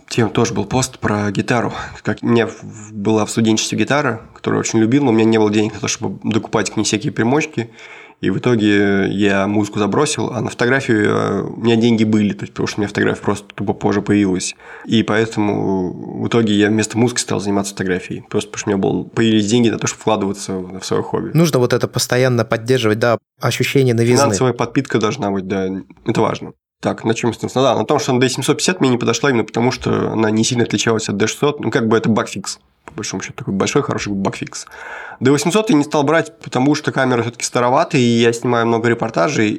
Тем тоже был пост про гитару. Как у меня была в студенчестве гитара, которую я очень любил, но у меня не было денег на то, чтобы докупать к ней всякие примочки. И в итоге я музыку забросил, а на фотографию у меня деньги были, то есть, потому что у меня фотография просто тупо позже появилась. И поэтому в итоге я вместо музыки стал заниматься фотографией. Просто потому что у меня был, появились деньги на то, чтобы вкладываться в свое хобби. Нужно вот это постоянно поддерживать, да, ощущение новизны. Финансовая подпитка должна быть, да, это важно. Так, на чем, собственно, да, на том, что на ди семьсот пятьдесят мне не подошла именно потому, что она не сильно отличалась от ди шестьсот. Ну, как бы это багфикс. По большому счету, такой большой, хороший багфикс. ди восемьсот я не стал брать, потому что камера все-таки староватая, и я снимаю много репортажей,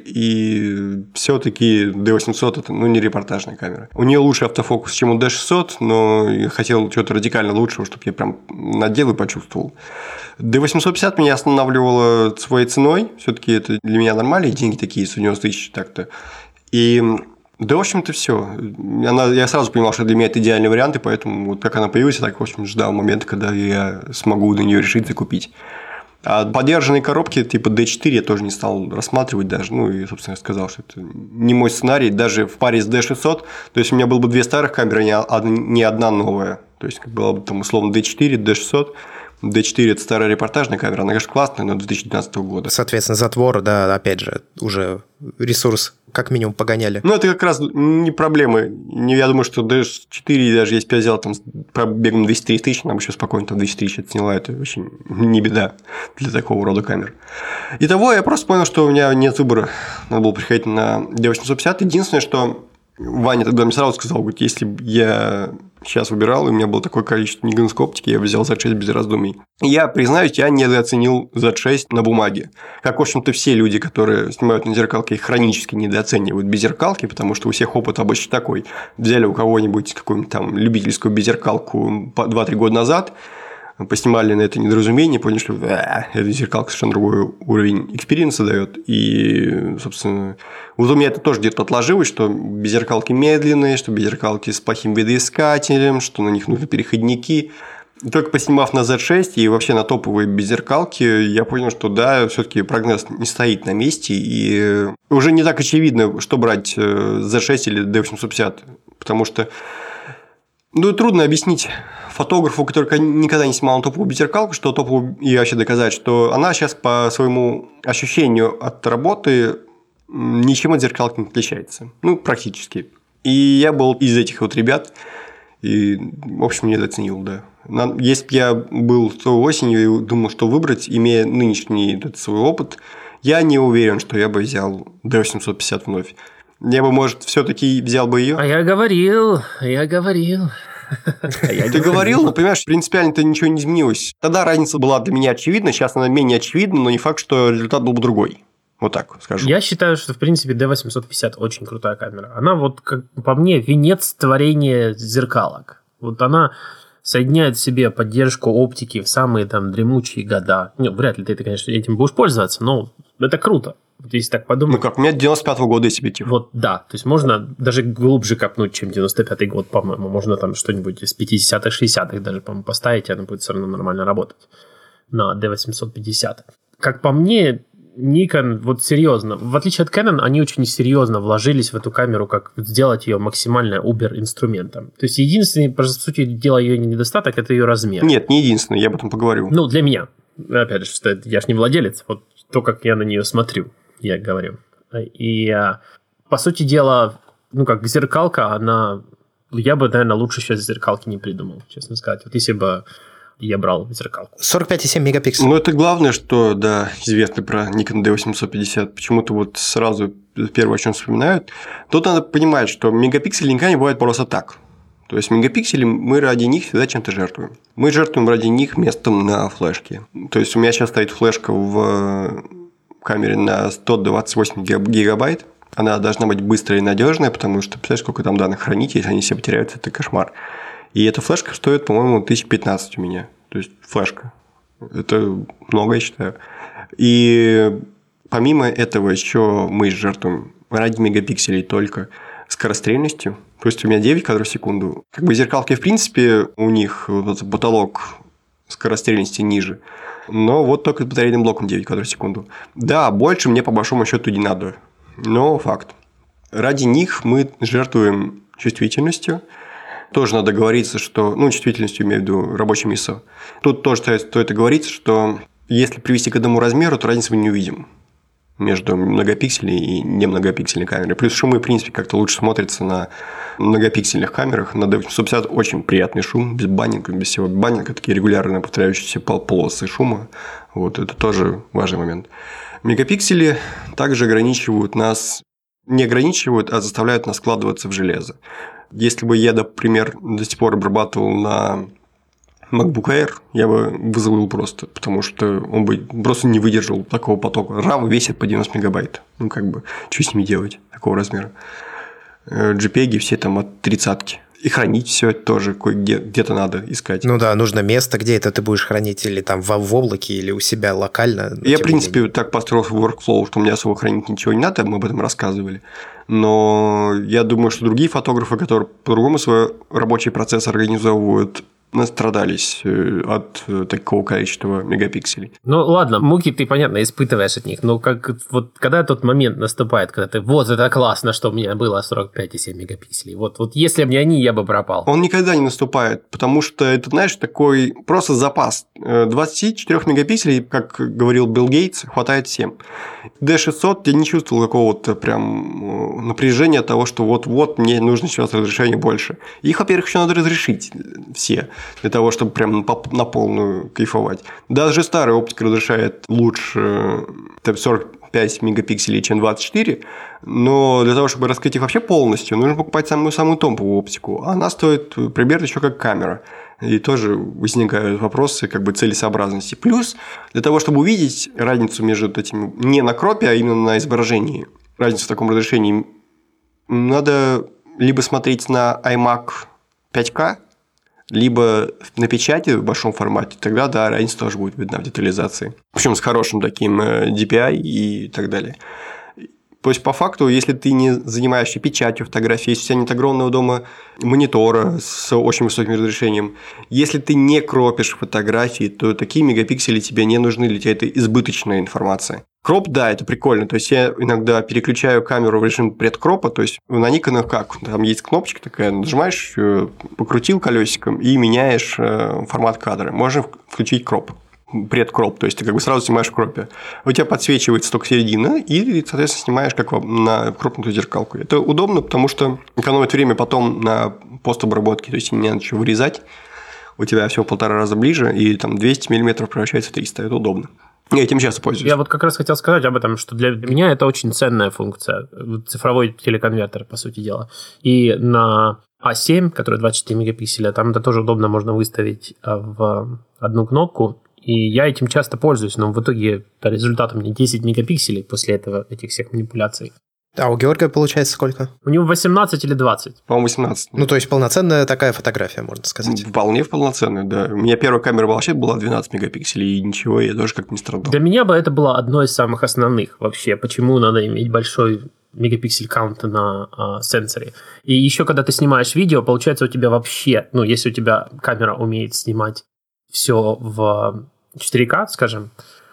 и все-таки ди восемьсот это, ну, не репортажная камера. У нее лучше автофокус, чем у ди шестьсот, но я хотел чего-то радикально лучшего, чтобы я прям надел и почувствовал. ди восемьсот пятьдесят меня останавливала своей ценой, все-таки это для меня нормальные деньги такие, сто девяносто тысяч так-то. И да, в общем-то, все. Она, я сразу понимал, что для меня это идеальный вариант, и поэтому, вот как она появилась, я так, в общем, ждал момента, когда я смогу на нее решить закупить. А подержанные коробки типа ди четыре я тоже не стал рассматривать даже. Ну, и, собственно, я сказал, что это не мой сценарий, даже в паре с ди шестьсот. То есть, у меня было бы две старых камеры, не одна новая. То есть, была бы там, условно, ди четыре, ди шестьсот. ди четыре – это старая репортажная камера, она, конечно, классная, но две тысячи двенадцатого года. Соответственно, затвор, да, опять же, уже ресурс как минимум погоняли. Ну, это как раз не проблемы. Я думаю, что ди четыре, даже если бы я взял там пробегом двести тридцать тысяч, нам еще спокойно там двести тысяч отсняла, это вообще не беда для такого рода камер. Итого, я просто понял, что у меня нет выбора. Надо было приходить на ди восемьсот пятьдесят. Единственное, что Ваня тогда мне сразу сказал, говорит, если бы я сейчас выбирал, и у меня было такое количество никонской оптики, я бы взял зет шесть без раздумий. Я, признаюсь, я недооценил зет шесть на бумаге. Как, в общем-то, все люди, которые снимают на зеркалке, их хронически недооценивают беззеркалки, потому что у всех опыт обычно такой. Взяли у кого-нибудь какую-нибудь там любительскую беззеркалку два-три года назад, поснимали на это недоразумение, поняли, что э, эта зеркалка совершенно другой уровень экспириенса дает. И, собственно, вот у меня это тоже где-то отложилось, что беззеркалки медленные, что беззеркалки с плохим видоискателем, что на них нужны переходники. И только поснимав на зет шесть и вообще на топовые беззеркалки, я понял, что да, все-таки прогноз не стоит на месте, и уже не так очевидно, что брать зет шесть или ди восемьсот пятьдесят, потому что ну, трудно объяснить фотографу, который никогда не снимал на топовую беззеркалку, что топовую, и вообще доказать, что она сейчас по своему ощущению от работы ничем от зеркалки не отличается. Ну, практически. И я был из этих вот ребят, и, в общем, недооценил, да. Если бы я был той осенью и думал, что выбрать, имея нынешний этот свой опыт, я не уверен, что я бы взял ди восемьсот пятьдесят вновь. Я бы, может, все-таки взял бы ее. А я говорил, я говорил. Ты говорил, но, понимаешь, принципиально-то ничего не изменилось. Тогда разница была для меня очевидна, сейчас она менее очевидна, но не факт, что результат был бы другой. Вот так скажу. Я считаю, что, в принципе, ди восемьсот пятьдесят очень крутая камера. Она вот, как по мне, венец творения зеркалок. Вот она соединяет в себе поддержку оптики в самые там дремучие года. Ну, вряд ли ты, конечно, этим будешь пользоваться, но это круто. Вот если так подумать. Ну как, у меня девяносто пятого года эс пи ти. Вот, да. То есть, можно даже глубже копнуть, чем девяносто пятый год, по-моему. Можно там что-нибудь из пятидесятых, шестидесятых даже, по-моему, поставить, и она будет все равно нормально работать на ди восемьсот пятьдесят. Как по мне, Nikon, вот серьезно, в отличие от Canon, они очень серьезно вложились в эту камеру, как сделать ее максимально убер-инструментом. То есть, единственный, по сути дела, ее недостаток – это ее размер. Нет, не единственный, я об этом поговорю. Ну, для меня. Опять же, что я же не владелец, вот то, как я на нее смотрю, я говорю. И, по сути дела, ну, как зеркалка, она... Я бы, наверное, лучше сейчас зеркалки не придумал, честно сказать. Вот если бы я брал зеркалку. сорок пять и семь мегапикселей. Ну, это главное, что, да, известно про Nikon ди восемьсот пятьдесят. Почему-то вот сразу первое, о чем вспоминают. Тут надо понимать, что мегапиксели никогда не бывает просто так. То есть, мегапиксели, мы ради них всегда чем-то жертвуем. Мы жертвуем ради них местом на флешке. То есть, у меня сейчас стоит флешка в камере на сто двадцать восемь гигабайт. Она должна быть быстрая и надежная, потому что, представляешь, сколько там данных хранить, если они все потеряются, это кошмар. И эта флешка стоит, по-моему, тысяч пятнадцать у меня. То есть, флешка. Это много, я считаю. И помимо этого еще мы жертвуем ради мегапикселей только скорострельностью. То есть, у меня девять кадров в секунду. Как бы зеркалки, в принципе, у них вот потолок скорострельности ниже. Но вот только с батарейным блоком девять кадров в секунду. Да, больше мне по большому счету не надо. Но факт. Ради них мы жертвуем чувствительностью. Тоже надо говориться, что, ну, чувствительностью, имею в виду рабочим ай эс о. Тут тоже стоит говорить, что если привести к одному размеру, то разницы мы не увидим между многопиксельной и немногопиксельной камерой. Плюс шумы, в принципе, как-то лучше смотрятся на многопиксельных камерах. На ди восемьсот пятьдесят очень приятный шум, без баннинга, без всего баннинга, такие регулярно повторяющиеся полосы шума. Вот, это тоже важный момент. Мегапиксели также ограничивают нас, не ограничивают, а заставляют нас складываться в железо. Если бы я, например, до сих пор обрабатывал на MacBook Air, я бы вызывал просто, потому что он бы просто не выдержал такого потока. RAM весит по девяносто мегабайт. Ну, как бы, что с ними делать такого размера? JPEG все там от тридцатки. И хранить все это тоже где- где-то надо искать. Ну да, нужно место, где это ты будешь хранить, или там в, в облаке, или у себя локально. Я, в принципе, менее. так построил workflow, что мне особо хранить ничего не надо, мы об этом рассказывали. Но я думаю, что другие фотографы, которые по-другому свой рабочий процесс организовывают, настрадались от такого количества мегапикселей. Ну, ладно, муки ты, понятно, испытываешь от них, но как вот когда тот момент наступает, когда ты, вот, это классно, что у меня было сорок пять и семь мегапикселей, вот, вот если бы не они, я бы пропал. Он никогда не наступает, потому что это, знаешь, такой просто запас. двадцать четыре мегапикселей, как говорил Билл Гейтс, хватает всем. ди шестьсот я не чувствовал какого-то прям напряжения того, что вот-вот мне нужно сейчас разрешение больше. Их, во-первых, еще надо разрешить все, для того, чтобы прям на полную кайфовать. Даже старая оптика разрешает лучше сорок пять мегапикселей, чем двадцать четыре, но для того, чтобы раскрыть их вообще полностью, нужно покупать самую-самую топовую оптику. Она стоит примерно еще как камера. И тоже возникают вопросы как бы целесообразности. Плюс, для того, чтобы увидеть разницу между этим не на кропе, а именно на изображении, разницу в таком разрешении, надо либо смотреть на iMac пять ка, либо на печати в большом формате, тогда, да, разница тоже будет видна в детализации. Причем с хорошим таким ди пи ай и так далее. То есть, по факту, если ты не занимаешься печатью фотографий, если у тебя нет огромного дома монитора с очень высоким разрешением, если ты не кропишь фотографии, то такие мегапиксели тебе не нужны, для тебя это избыточная информация. Кроп, да, это прикольно. То есть, я иногда переключаю камеру в режим предкропа, то есть, на Никонах как? Там есть кнопочка такая, нажимаешь, покрутил колесиком и меняешь формат кадра. Можно включить кроп. Предкроп, то есть ты как бы сразу снимаешь в кропе. У тебя подсвечивается только середина, и, соответственно, снимаешь как на кропнутую зеркалку. Это удобно, потому что экономит время потом на постобработке, то есть не надо ничего вырезать, у тебя всего в полтора раза ближе, и там двести миллиметров превращается в триста, это удобно. Я этим часто пользуюсь. Я вот как раз хотел сказать об этом, что для меня это очень ценная функция, цифровой телеконвертер, по сути дела. И на а семь, который двадцать четыре мегапикселя, там это тоже удобно, можно выставить в одну кнопку. И я этим часто пользуюсь, но в итоге результатом мне десять мегапикселей после этого, этих всех манипуляций. А у Георгия получается сколько? У него восемнадцать или двадцать. По-моему, восемнадцать. Ну, то есть, полноценная такая фотография, можно сказать. Вполне полноценная, да. У меня первая камера вообще была двенадцать мегапикселей, и ничего, я тоже как-то не страдал. Для меня бы это было одно из самых основных вообще. Почему надо иметь большой мегапиксель каунт на а, сенсоре. И еще, когда ты снимаешь видео, получается у тебя вообще, ну, если у тебя камера умеет снимать все в четыре ка, скажем,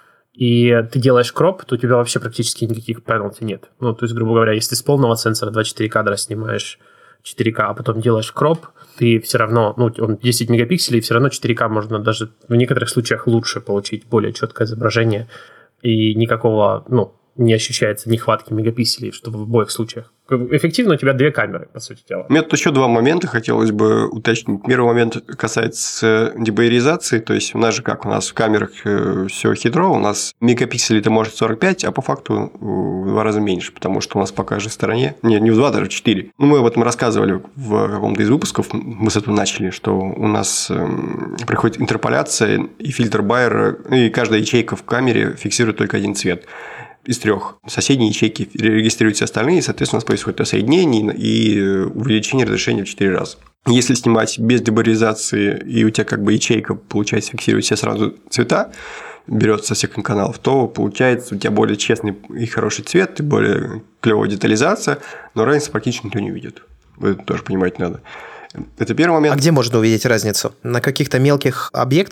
и ты делаешь кроп, то у тебя вообще практически никаких пенальти нет. Ну, то есть, грубо говоря, если ты с полного сенсора двадцать четыре кадра снимаешь четыре ка, а потом делаешь кроп, ты все равно, ну, он десять мегапикселей, все равно четыре ка можно даже в некоторых случаях лучше получить, более четкое изображение, и никакого, ну, не ощущается нехватки мегапикселей, что в обоих случаях. Эффективно у тебя две камеры, по сути дела. Мне тут еще два момента хотелось бы уточнить. Первый момент касается дебайеризации, то есть у нас же как, у нас в камерах все хитро, у нас мегапикселей-то может сорок пять, а по факту в два раза меньше, потому что у нас по каждой стороне, не, не в два, даже в четыре. Ну, мы об этом рассказывали в каком-то из выпусков, мы с этого начали, что у нас приходит интерполяция и фильтр Байера, и каждая ячейка в камере фиксирует только один цвет. Из трех. Соседние ячейки регистрируют все остальные, и, соответственно, у нас происходит соединение и увеличение разрешения в четыре раза. Если снимать без дебайеризации, и у тебя как бы ячейка, получается, фиксирует все сразу цвета, берется со всех каналов, то получается у тебя более честный и хороший цвет, и более клевая детализация, но разницы практически никто не увидит. Вы это тоже понимать надо. Это первый момент. А где можно увидеть разницу? На каких-то мелких объектах,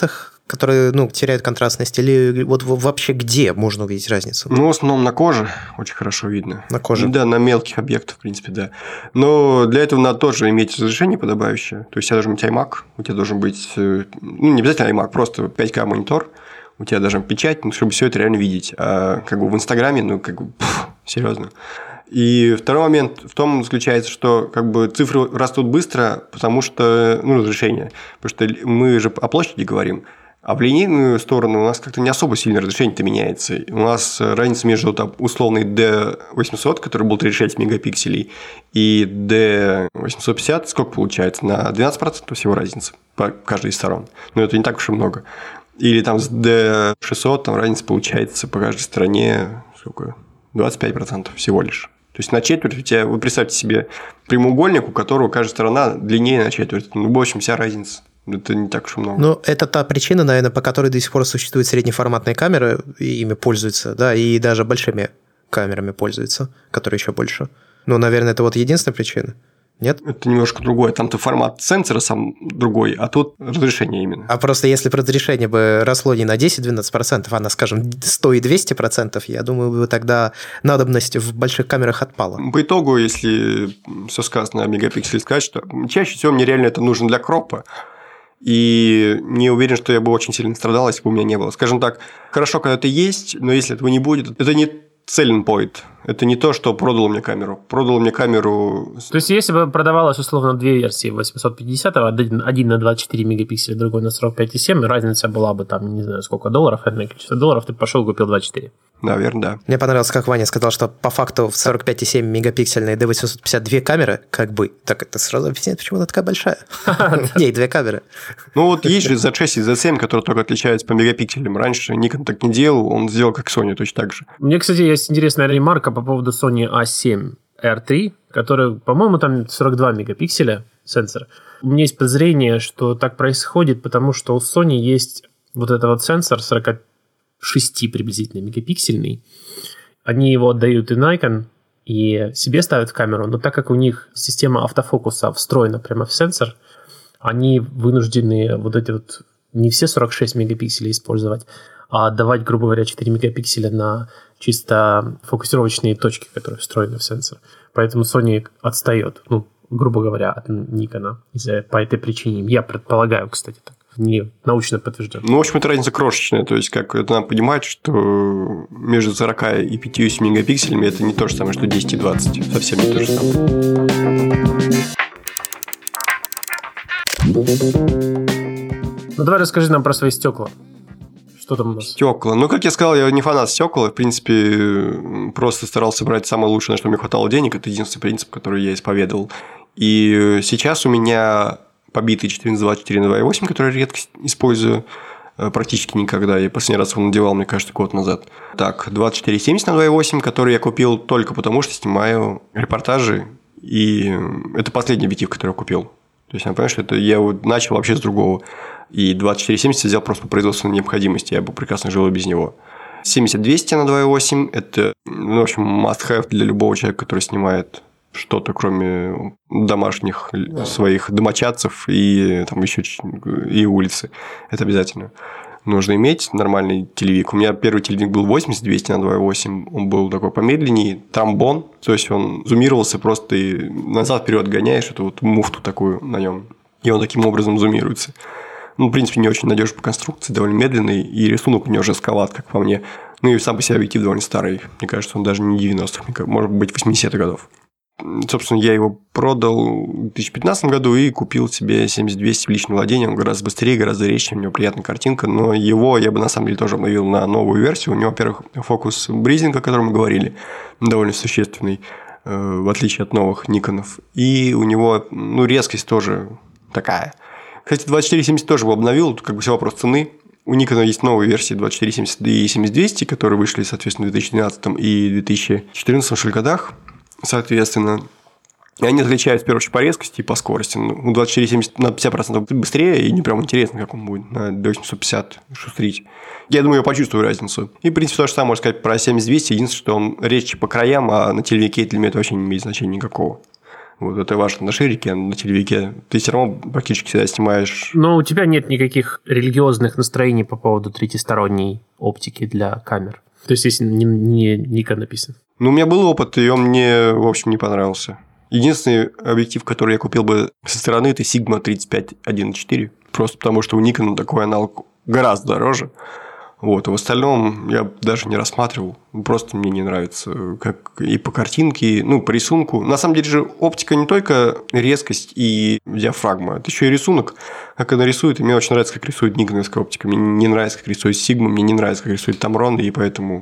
которые, ну, теряют контрастность, или вот вообще где можно увидеть разницу? Ну, в основном на коже очень хорошо видно. На коже? Да, на мелких объектах, в принципе, да. Но для этого надо тоже иметь разрешение подобающее. То есть, у тебя должен быть iMac, у тебя должен быть, ну, не обязательно iMac, просто пять ка монитор, у тебя должна печать, ну, чтобы все это реально видеть. А как бы в Инстаграме, ну, как бы, пфф, серьезно. И второй момент в том заключается, что как бы цифры растут быстро, потому что, ну, разрешение, потому что мы же о площади говорим, а в линейную сторону у нас как-то не особо сильно разрешение-то меняется. У нас разница между там, условной ди восемьсот, который был тридцать шесть мегапикселей, и ди восемьсот пятьдесят, сколько получается? На двенадцать процентов всего разница по каждой из сторон. Но это не так уж и много. Или там с ди шестьсот там разница получается по каждой стороне сколько? двадцать пять процентов всего лишь. То есть на четверть у тебя, вы представьте себе прямоугольник, у которого каждая сторона длиннее на четверть. Ну, в общем, вся разница. Это не так уж и много. Ну, это та причина, наверное, по которой до сих пор существуют среднеформатные камеры, и ими пользуются, да, и даже большими камерами пользуются, которые еще больше. Ну, наверное, это вот единственная причина. Нет? Это немножко другое. Там-то формат сенсора сам другой, а тут разрешение именно. А просто если бы разрешение бы росло не на десять-двенадцать процентов, а на, скажем, сто и двести процентов, я думаю, бы тогда надобность в больших камерах отпала. По итогу, если все сказано о мегапикселе сказать, что чаще всего мне реально это нужно для кропа. И не уверен, что я бы очень сильно страдал, если бы у меня не было. Скажем так, хорошо, когда это есть, но если этого не будет, это не selling point. Это не то, что продало мне камеру. Продало мне камеру... То есть, если бы продавалось, условно, две версии восемьсот пятьдесят, один на двадцать четыре мегапикселя, другой на сорок пять и семь, разница была бы там, не знаю, сколько долларов, одно количество долларов, ты пошел и купил двадцать четыре. Наверное, да. Мне понравилось, как Ваня сказал, что по факту в сорок пять и семь мегапиксельной ди восемьсот пятьдесят две камеры, как бы, так это сразу объясняет, почему она такая большая. Не, две камеры. Ну, вот есть же зет шесть и зет семь, которые только отличаются по мегапикселям. Раньше Nikon так не делал, он сделал как Sony точно так же. Мне, кстати, есть интересная ремарка по поводу Sony а семь эр три, который, по-моему, там сорок два мегапикселя сенсор. У меня есть подозрение, что так происходит, потому что у Sony есть вот этот вот сенсор сорок шесть приблизительно мегапиксельный. Они его отдают и Nikon, и себе ставят в камеру, но так как у них система автофокуса встроена прямо в сенсор, они вынуждены вот эти вот не все сорок шесть мегапикселей использовать, а отдавать, грубо говоря, четыре мегапикселя на чисто фокусировочные точки, которые встроены в сенсор. Поэтому Sony отстает, ну, грубо говоря, от Nikon из-за по этой причине. Я предполагаю, кстати, так. Не научно подтвержден. Ну, в общем, это разница крошечная. То есть, как это надо понимать, что между сорок и пятьдесят мегапикселями это не то же самое, что десять и двадцать. Совсем не то же самое. Ну, давай расскажи нам про свои стекла. Что там у нас? Стекла. Ну, как я сказал, я не фанат стекла. В принципе, просто старался брать самое лучшее, на что мне хватало денег. Это единственный принцип, который я исповедовал. И сейчас у меня побитый четырнадцать двадцать четыре на два и восемь, который я редко использую, практически никогда. Я последний раз его надевал, мне кажется, год назад. Так, двадцать четыре семьдесят на два и восемь, который я купил только потому, что снимаю репортажи. И это последний объектив, который я купил. То есть, я понимаю, что это я начал вообще с другого. И двадцать четыре семьдесят взял просто по производственной необходимости. Я бы прекрасно жил и без него. семьдесят двести на два и восемь – это, ну, в общем, must-have для любого человека, который снимает что-то, кроме домашних своих домочадцев и там еще и улицы. Это обязательно. Нужно иметь нормальный телевик. У меня первый телевик был восемьдесят двести на два и восемь. Он был такой помедленнее, тромбон. То есть, он зумировался просто и назад-вперед гоняешь эту вот муфту такую на нем. И он таким образом зумируется. Ну, в принципе, не очень надежный по конструкции, довольно медленный. И рисунок у него жестковат, как по мне. Ну, и сам по себе объектив довольно старый. Мне кажется, он даже не девяностых, может быть, восьмидесятых годов. Собственно, я его продал в две тысячи пятнадцатом году и купил себе семьдесят двести в личное владение. Он гораздо быстрее, гораздо резче, у него приятная картинка. Но его я бы на самом деле тоже обновил на новую версию. У него, во-первых, фокус бризинг, о котором мы говорили, довольно существенный, в отличие от новых Никонов. И у него, ну, резкость тоже такая. Кстати, двадцать четыре семьдесят тоже его обновил. Тут как бы все вопрос цены. У Никона есть новые версии двадцать четыре семьдесят и семьдесят двести, которые вышли, соответственно, в две тысячи двенадцатом и две тысячи четырнадцатом что ли, годах. Соответственно, и они отличаются, в первую очередь, по резкости и по скорости. У двадцать четыре семьдесят на пятьдесят процентов быстрее, и не прям интересно, как он будет на ди восемьсот пятьдесят шустрить. Я думаю, я почувствую разницу. И, в принципе, то же самое можно сказать про семьдесят двести. Единственное, что он резче по краям, а на телевике для меня это вообще не имеет значения никакого. Вот это важно на ширике, на телевике. Ты все равно практически всегда снимаешь. Но у тебя нет никаких религиозных настроений по поводу третьесторонней оптики для камер. То есть, если не, не Nikon написано. Ну, у меня был опыт, и он мне, в общем, не понравился. Единственный объектив, который я купил бы со стороны, это Sigma тридцать пять один четыре. Просто потому, что у Nikon такой аналог гораздо дороже. Вот. А в остальном я даже не рассматривал. Просто мне не нравится. Как и по картинке, ну, по рисунку. На самом деле же оптика не только резкость и диафрагма. Это еще и рисунок. Как она рисует. И мне очень нравится, как рисует никоновская оптика. Мне не нравится, как рисует Sigma. Мне не нравится, как рисует Tamron. И поэтому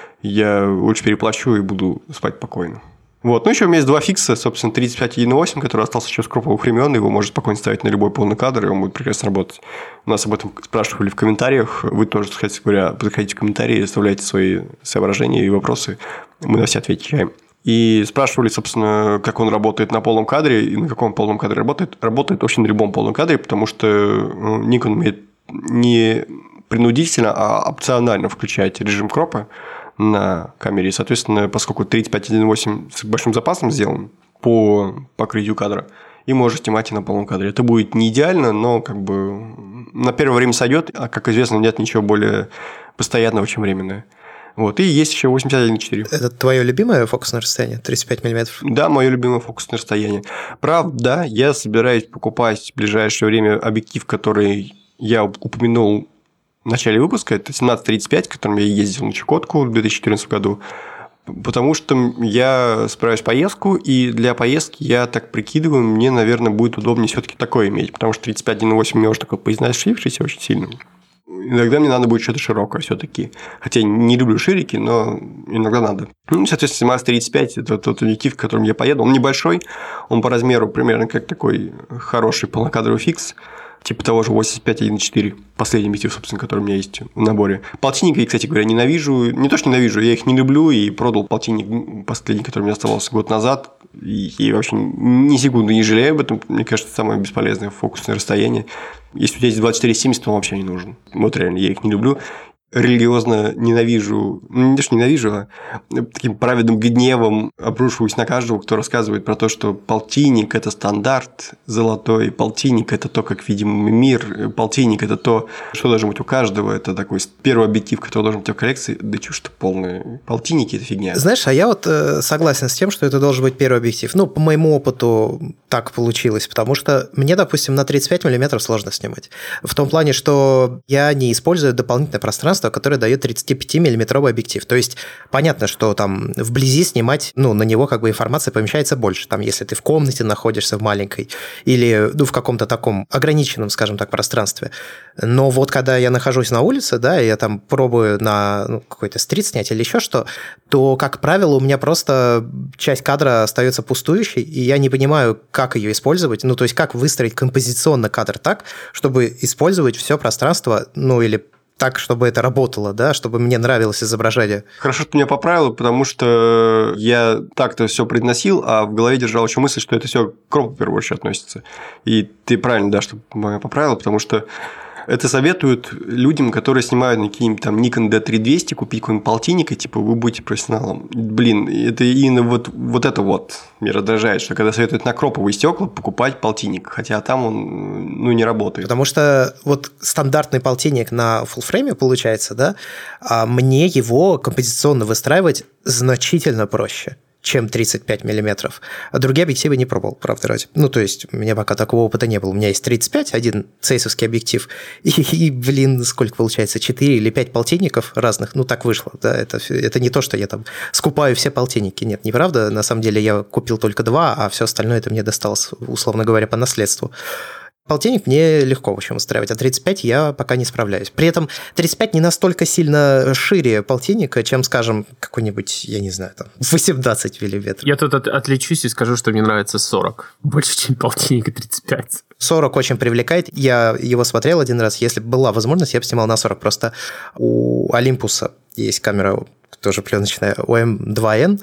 я лучше переплачу и буду спать спокойно. Вот. Ну, еще у меня есть два фикса, собственно, тридцать пять один восемь, который остался еще с кроповых времен, его можно спокойно ставить на любой полный кадр, и он будет прекрасно работать. Нас об этом спрашивали в комментариях. Вы тоже, кстати говоря, подходите в комментарии, оставляйте свои соображения и вопросы. Мы на все отвечаем. И спрашивали, собственно, как он работает на полном кадре и на каком полном кадре работает. Работает очень на любом полном кадре, потому что Nikon умеет не принудительно, а опционально включать режим кропа на камере. И, соответственно, поскольку тридцать пять один восемь с большим запасом сделан по покрытию кадра, и можете снимать и на полном кадре. Это будет не идеально, но как бы на первое время сойдет, а, как известно, нет ничего более постоянного, чем временное. Вот. И есть еще восемьдесят один четыре. Это твое любимое фокусное расстояние? тридцать пять миллиметров? Да, мое любимое фокусное расстояние. Правда, я собираюсь покупать в ближайшее время объектив, который я упомянул в начале выпуска, это семнадцать тридцать пять, которым я ездил на Чукотку в две тысячи четырнадцатом году, потому что я собираюсь в поездку, и для поездки я так прикидываю, мне, наверное, будет удобнее все-таки такое иметь, потому что тридцать пять один восемь у меня уже такой поизносившийся очень сильно. Иногда мне надо будет что-то широкое все-таки. Хотя не люблю ширики, но иногда надо. Ну, соответственно, семнадцать тридцать пять – это тот объектив, в котором я поеду. Он небольшой, он по размеру примерно как такой хороший полнокадровый фикс. Типа того же восемьдесят пять один четыре, последний объектив, собственно, который у меня есть в наборе. Полтинники я, кстати говоря, ненавижу. Не то, что ненавижу, я их не люблю, и продал полтинник последний, который у меня оставался год назад. И, и вообще ни секунды не жалею об этом. Мне кажется, самое бесполезное фокусное расстояние. Если у тебя есть двадцать четыре семьдесят, то он вообще не нужен. Вот реально, я их не люблю. Религиозно ненавижу, не то, что ненавижу, а таким праведным гневом обрушиваюсь на каждого, кто рассказывает про то, что полтинник – это стандарт золотой, полтинник – это то, как видим мир, полтинник – это то, что должно быть у каждого, это такой первый объектив, который должен быть в коллекции. Да чушь-то полная. Полтинники – это фигня. Знаешь, а я вот согласен с тем, что это должен быть первый объектив. Ну, по моему опыту так получилось, потому что мне, допустим, на тридцать пять миллиметров сложно снимать. В том плане, что я не использую дополнительное пространство, которое дает тридцатипятимиллиметровый объектив. То есть, понятно, что там вблизи снимать, ну, на него как бы информация помещается больше. Там, если ты в комнате находишься в маленькой или, ну, в каком-то таком ограниченном, скажем так, пространстве. Но вот когда я нахожусь на улице, да, и я там пробую на ну, какой-то стрит снять или еще что, то, как правило, у меня просто часть кадра остается пустующей, и я не понимаю, как ее использовать. Ну, то есть, как выстроить композиционно кадр так, чтобы использовать все пространство, ну, или так, чтобы это работало, да, чтобы мне нравилось изображение. Хорошо, что ты меня поправил, потому что я так-то все предносил, а в голове держал еще мысль, что это все к кропу в первую очередь относится. И ты правильно, да, что меня поправил, потому что это советуют людям, которые снимают на какие-нибудь там Nikon ди три двести, купить какой-нибудь полтинник, и типа вы будете профессионалом. Блин, это именно вот, вот это вот меня раздражает, что когда советуют на кроповые стекла покупать полтинник, хотя там он ну, не работает. Потому что вот стандартный полтинник на фуллфрейме получается, да, а мне его композиционно выстраивать значительно проще, чем тридцать пять миллиметров. А другие объективы не пробовал, правда ради. Ну, то есть, у меня пока такого опыта не было. У меня есть тридцать пять, один цейсовский объектив, и, и, блин, сколько получается, четыре или пять полтинников разных, ну, так вышло, да, это, это не то, что я там скупаю все полтинники, нет, неправда, на самом деле я купил только два, а все остальное это мне досталось, условно говоря, по наследству. Полтинник мне легко, в общем, устраивать, а тридцать пять я пока не справляюсь. При этом тридцать пять не настолько сильно шире полтинника, чем, скажем, какой-нибудь, я не знаю, там, восемнадцать миллиметров. Я тут от- отличусь и скажу, что мне нравится сорок. Больше, чем полтинник и тридцать пять. сорок очень привлекает. Я его смотрел один раз. Если бы была возможность, я бы снимал на сорок. Просто у Олимпуса есть камера, тоже пленочная, о эм два эн,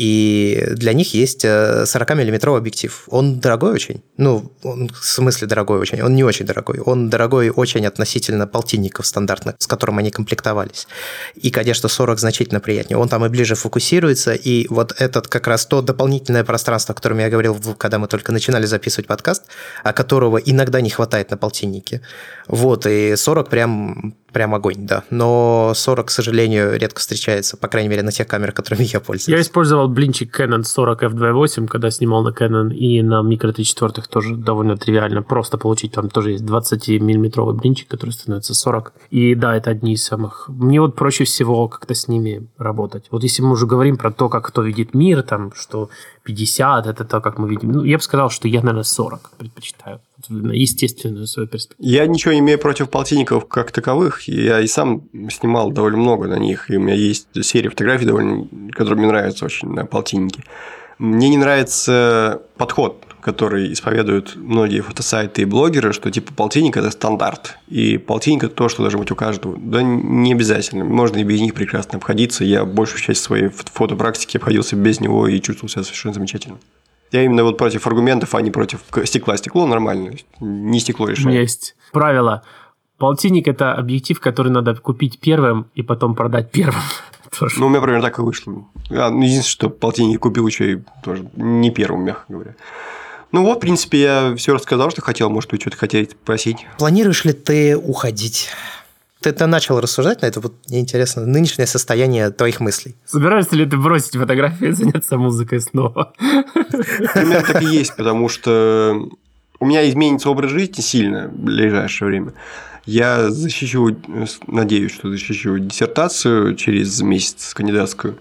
и для них есть сорокамиллиметровый объектив. Он дорогой очень. Ну, он, в смысле дорогой очень. Он не очень дорогой. Он дорогой очень относительно полтинников стандартных, с которым они комплектовались. И, конечно, сорок значительно приятнее. Он там и ближе фокусируется, и вот этот как раз то дополнительное пространство, о котором я говорил, когда мы только начинали записывать подкаст, а которого иногда не хватает на полтиннике. Вот, и сорок прям... Прям огонь, да. Но сорок, к сожалению, редко встречается, по крайней мере, на тех камерах, которыми я пользуюсь. Я использовал блинчик Canon сорок эф два восемь, когда снимал на Canon, и на микро три четыре тоже довольно тривиально просто получить. Там тоже есть двадцатимиллиметровый блинчик, который становится сорок. И да, это одни из самых... Мне вот проще всего как-то с ними работать. Вот если мы уже говорим про то, как кто видит мир, там, что пятьдесят, это то, как мы видим. Ну, я бы сказал, что я, наверное, сорок предпочитаю. Естественную свою перспективу. Я ничего не имею против полтинников как таковых. Я и сам снимал довольно много на них. И у меня есть серия фотографий, довольно, которые мне нравятся очень на полтиннике. Мне не нравится подход, который исповедуют многие фотосайты и блогеры, что типа полтинник – это стандарт. И полтинник – это то, что должно быть у каждого. Да не обязательно. Можно и без них прекрасно обходиться. Я большую часть своей фотопрактики обходился без него и чувствовал себя совершенно замечательно. Я именно вот против аргументов, а не против стекла. Стекло нормально, не стекло решает. У меня есть правило. Полтинник – это объектив, который надо купить первым и потом продать первым. Ну, у меня примерно так и вышло. А, ну, единственное, что полтинник купил еще и тоже не первым, мягко говоря. Ну вот, в принципе, я все рассказал, что хотел. Может, вы что-то хотели спросить? Планируешь ли ты уходить? Ты, ты начал рассуждать на это, вот мне интересно, нынешнее состояние твоих мыслей. Собираешься ли ты бросить фотографии и заняться музыкой снова? Примерно так и есть, потому что у меня изменится образ жизни сильно в ближайшее время. Я защищу, надеюсь, что защищу диссертацию через месяц кандидатскую,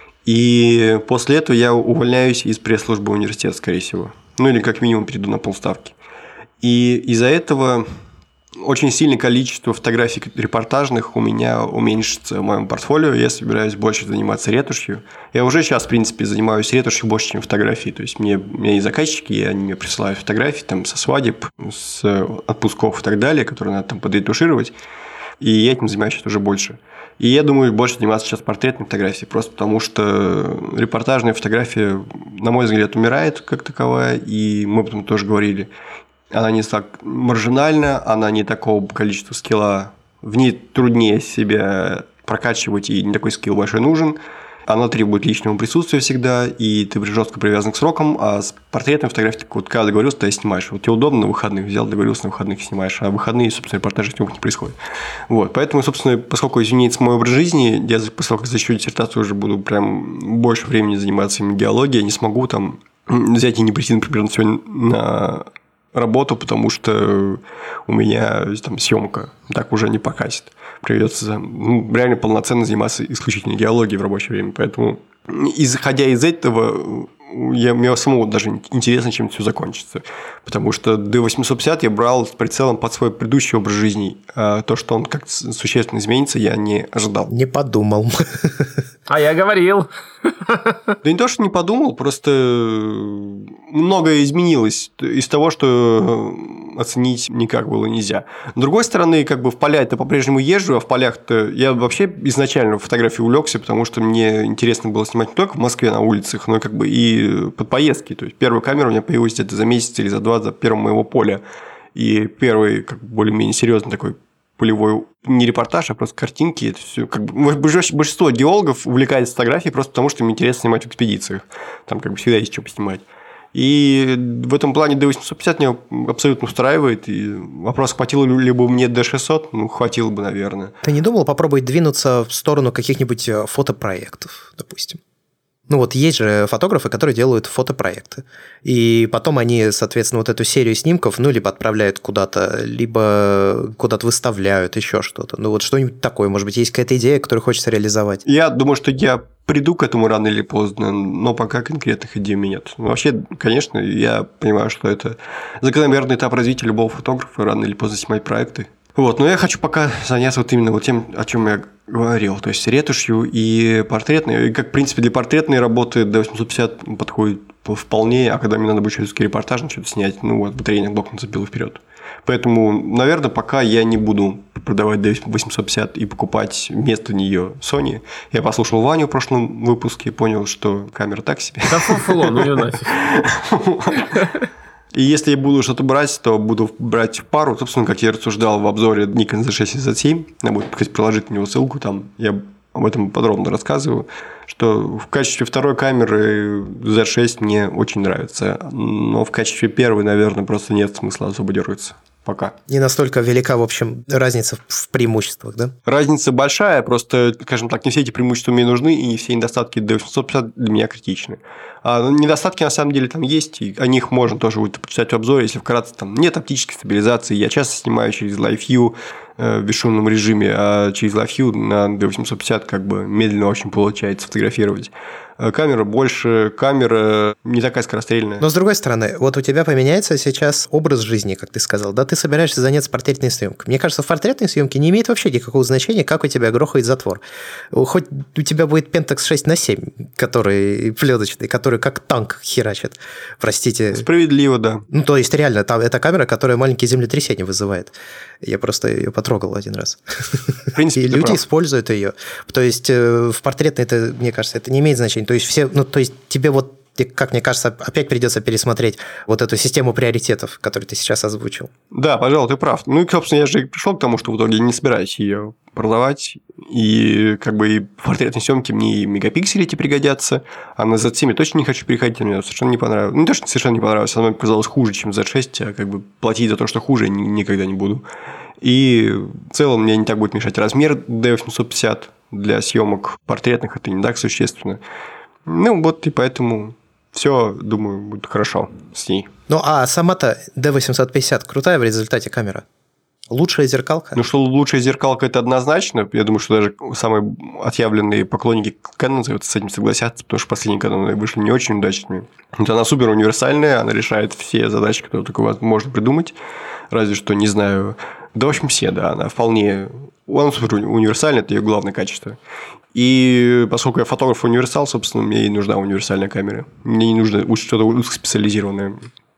и после этого я увольняюсь из пресс-службы университета, скорее всего. Ну, или как минимум перейду на полставки. И из-за этого... Очень сильное количество фотографий репортажных у меня уменьшится в моем портфолио. Я собираюсь больше заниматься ретушью. Я уже сейчас, в принципе, занимаюсь ретушью больше, чем фотографией. То есть, мне, у меня есть заказчики, и они мне присылают фотографии там, со свадеб, с отпусков и так далее, которые надо там подретушировать. И я этим занимаюсь сейчас уже больше. И я думаю, больше заниматься сейчас портретной фотографией, просто потому что репортажная фотография, на мой взгляд, умирает как таковая, и мы об этом тоже говорили. Она не так маржинальна, она не такого количества скилла, в ней труднее себя прокачивать, и не такой скилл большой нужен. Она требует личного присутствия всегда, и ты жестко привязан к срокам, а с портретной фотографией, вот когда договорился, ты снимаешь. Вот тебе удобно на выходных, взял, договорился, на выходных снимаешь, а в выходные, собственно, репортажи съемок не происходит. Вот, поэтому, собственно, поскольку изменится мой образ жизни, я после того, как защищу диссертацию, уже буду прям больше времени заниматься именно геологией, не смогу там взять и не прийти, например, сегодня на работу, потому что у меня там съемка так уже не покатит. Придется ну, реально полноценно заниматься исключительно геологией в рабочее время. Поэтому, исходя из этого, я, мне самому даже интересно, чем это все закончится. Потому что ди восемьсот пятьдесят я брал с прицелом под свой предыдущий образ жизни. А то, что он как-то существенно изменится, я не ожидал. Не подумал. А я говорил. Да не то, что не подумал, просто многое изменилось из того, что оценить никак было нельзя. С другой стороны, как бы в поля я по-прежнему езжу, а в полях-то я вообще изначально в фотографии увлекся, потому что мне интересно было снимать не только в Москве на улицах, но и как бы и под поездки. То есть первая камера у меня появилась где-то за месяц или за два за первого моего поля. И первый, как бы, более-менее серьезный такой полевой, не репортаж, а просто картинки. Это все как бы большинство геологов увлекается фотографией просто потому, что им интересно снимать в экспедициях. Там как бы всегда есть что поснимать. И в этом плане ди восемьсот пятьдесят меня абсолютно устраивает. И вопрос, хватило ли бы мне ди шестьсот? Ну, хватило бы, наверное. Ты не думал попробовать двинуться в сторону каких-нибудь фотопроектов, допустим? Ну, вот есть же фотографы, которые делают фотопроекты. И потом они, соответственно, вот эту серию снимков, ну, либо отправляют куда-то, либо куда-то выставляют, еще что-то. Ну, вот что-нибудь такое. Может быть, есть какая-то идея, которую хочется реализовать? Я думаю, что я приду к этому рано или поздно, но пока конкретных идей у меня нет. Вообще, конечно, я понимаю, что это закономерный этап развития любого фотографа, рано или поздно снимать проекты. Вот, но я хочу пока заняться вот именно вот тем, о чем я говорил, то есть ретушью и портретной. И как, в принципе, для портретной работы ди восемьсот пятьдесят подходит вполне, а когда мне надо будет все-таки репортажно что-то снять, ну вот, батарейный блок нацепил вперед. Поэтому, наверное, пока я не буду продавать ди восемьсот пятьдесят и покупать вместо нее Sony. Я послушал Ваню в прошлом выпуске и понял, что камера так себе. Да фуфло, ну ее нафиг. И если я буду что-то брать, то буду брать в пару. Собственно, как я рассуждал в обзоре Nikon зет шесть и зет семь, надо будет, кстати, приложить на него ссылку, там я об этом подробно рассказываю, что в качестве второй камеры зет шесть мне очень нравится, но в качестве первой, наверное, просто нет смысла особо дергаться. Пока. Не настолько велика, в общем, разница в преимуществах, да? Разница большая, просто, скажем так, не все эти преимущества мне нужны, и не все недостатки ди восемьсот пятьдесят для меня критичны. А недостатки, на самом деле, там есть, и о них можно тоже будет почитать в обзоре, если вкратце, там нет оптической стабилизации, я часто снимаю через Live View в бесшумном режиме, а через Live View на ди восемьсот пятьдесят как бы медленно очень получается фотографировать. Камера больше, камера не такая скорострельная. Но, с другой стороны, вот у тебя поменяется сейчас образ жизни, как ты сказал, да, ты собираешься заняться портретной съемкой. Мне кажется, в портретной съемке не имеет вообще никакого значения, как у тебя грохает затвор. Хоть у тебя будет Pentax шесть на семь, который пленочный, который как танк херачит, простите. Справедливо, да. Ну, то есть, реально, там это камера, которая маленькие землетрясения вызывает. Я просто ее потрогал один раз. В принципе, и люди прав. используют ее. То есть, в портретной, это, мне кажется, это не имеет значения. То есть, все, ну, то есть, тебе вот, как мне кажется, опять придется пересмотреть вот эту систему приоритетов, которую ты сейчас озвучил. Да, пожалуй, ты прав. Ну и, собственно, я же и пришел к тому, что в итоге не собираюсь ее продавать. И как бы и в портретной съемке мне и мегапиксели эти пригодятся. А на зет семь точно не хочу переходить, мне совершенно не понравилось. Ну, не то, что совершенно не понравилось, она мне показалась хуже, чем зет шесть, а как бы платить за то, что хуже, я никогда не буду. И в целом мне не так будет мешать размер ди восемьсот пятьдесят для съемок портретных, это не так существенно. Ну, вот и поэтому все, думаю, будет хорошо с ней. Ну, а сама-то ди восемьсот пятьдесят крутая в результате камера? Лучшая зеркалка? Ну, что лучшая зеркалка – это однозначно. Я думаю, что даже самые отъявленные поклонники Canon с этим согласятся, потому что последние Canon вышли не очень удачными. Вот она супер универсальная, она решает все задачи, которые только можно придумать. Разве что, не знаю, да, в общем, все, да, она вполне… Она супер универсальная, это ее главное качество. И поскольку я фотограф-универсал, собственно, мне и нужна универсальная камера. Мне не нужно что-то узкоспециализированное.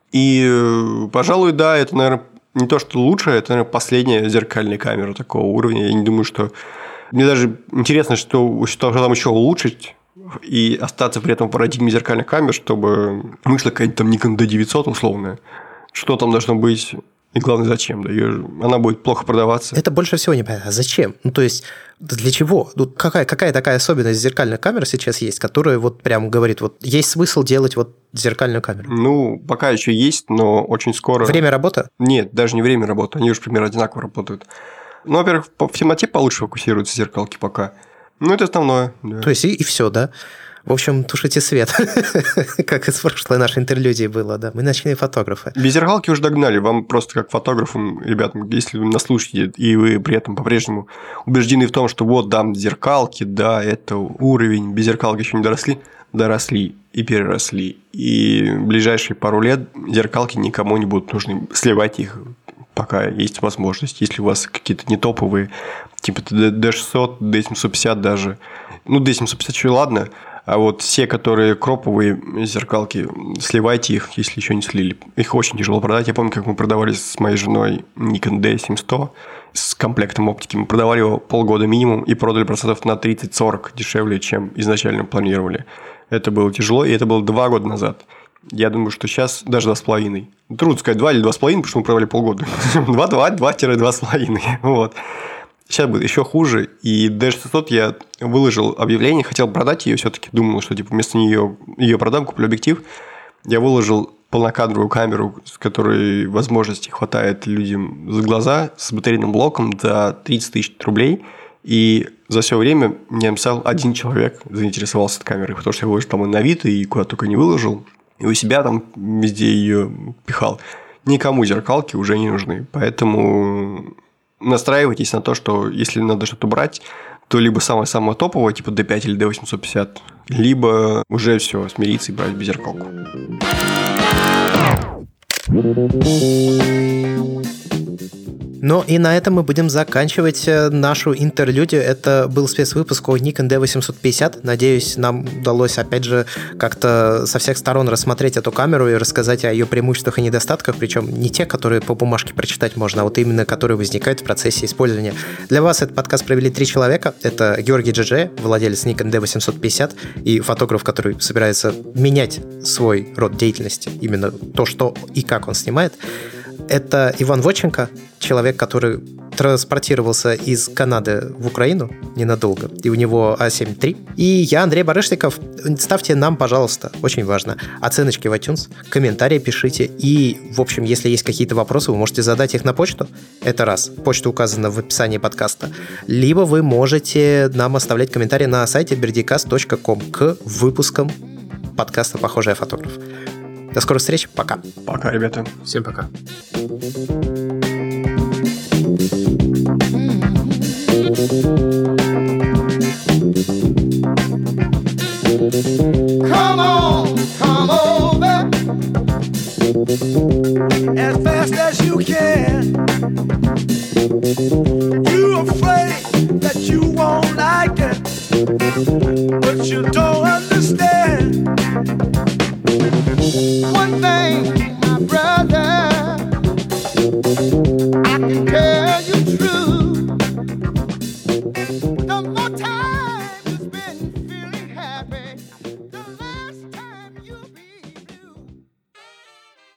И, пожалуй, да, это, наверное, не то, что лучше, это, наверное, последняя зеркальная камера такого уровня. Я не думаю, что… Мне даже интересно, что, что там еще улучшить и остаться при этом в парадигме зеркальных камер, чтобы вышла какая-нибудь там Nikon ди девятьсот условная. Что там должно быть… И главное, зачем? Да? Ее, она будет плохо продаваться. Это больше всего непонятно. А зачем? Ну, то есть, для чего? Ну, какая, какая такая особенность зеркальных камер сейчас есть, которая вот прям говорит, вот есть смысл делать вот зеркальную камеру? Ну, пока еще есть, но очень скоро… Время работы? Нет, даже не время работы. Они уже примерно одинаково работают. Ну, во-первых, в темноте получше фокусируются зеркалки пока. Ну, это основное. Да. То есть, и, и все, да? В общем, тушите свет, как из прошлой нашей интерлюдии было, да. Мы ночные фотографы. Без зеркалки уже догнали. Вам просто как фотографам, ребятам, если вы нас слушаете, и вы при этом по-прежнему убеждены в том, что вот, да, зеркалки, да, это уровень, без зеркалки еще не доросли, доросли и переросли. И в ближайшие пару лет зеркалки никому не будут нужны. Сливайте их, пока есть возможность. Если у вас какие-то не топовые, типа ди шестьсот, ди семьсот пятьдесят даже. Ну, ди семьсот пятьдесят еще ладно. А вот все, которые кроповые зеркалки, сливайте их, если еще не слили. Их очень тяжело продать. Я помню, как мы продавали с моей женой Nikon ди семь сто с комплектом оптики. Мы продавали его полгода минимум и продали процентов на тридцать-сорок дешевле, чем изначально планировали. Это было тяжело, и это было два года назад. Я думаю, что сейчас даже два с половиной. Трудно сказать два или два с половиной, потому что мы продавали полгода. два-два-два-два с половиной. Вот. Сейчас будет еще хуже. И ди шестьсот я выложил объявление, хотел продать ее все-таки. Думал, что типа вместо нее ее продам, куплю объектив. Я выложил полнокадровую камеру, с которой возможностей хватает людям за глаза, с батарейным блоком за тридцать тысяч рублей. И за все время мне написал один человек, заинтересовался этой камерой, потому что я выложил там и на Авито, и куда только не выложил. И у себя там везде ее пихал. Никому зеркалки уже не нужны. Поэтому… Настраивайтесь на то, что если надо что-то брать, то либо самое-самое топовое, типа ди пять или ди восемьсот пятьдесят, либо уже все, смириться и брать беззеркалку. Ну и на этом мы будем заканчивать нашу интерлюдию. Это был спецвыпуск о Nikon ди восемьсот пятьдесят. Надеюсь, нам удалось, опять же, как-то со всех сторон рассмотреть эту камеру и рассказать о ее преимуществах и недостатках, причем не те, которые по бумажке прочитать можно, а вот именно которые возникают в процессе использования. Для вас этот подкаст провели три человека. Это Георгий Джи, владелец Nikon ди восемьсот пятьдесят и фотограф, который собирается менять свой род деятельности, именно то, что и как он снимает. Это Иван Вотченко, человек, который транспортировался из Канады в Украину ненадолго, и у него а семь три. И я, Андрей Барышников. Ставьте нам, пожалуйста, очень важно, оценочки в iTunes, комментарии пишите, и, в общем, если есть какие-то вопросы, вы можете задать их на почту. Это раз. Почта указана в описании подкаста. Либо вы можете нам оставлять комментарии на сайте бердикаст точка ком к выпускам подкаста «Похожий фотограф». До скорых встреч. Пока. Пока, ребята. Всем пока. Come on, come over as fast as you can. You're afraid that you won't like it, but you don't understand. One thing, my brother, I can tell you true. The more time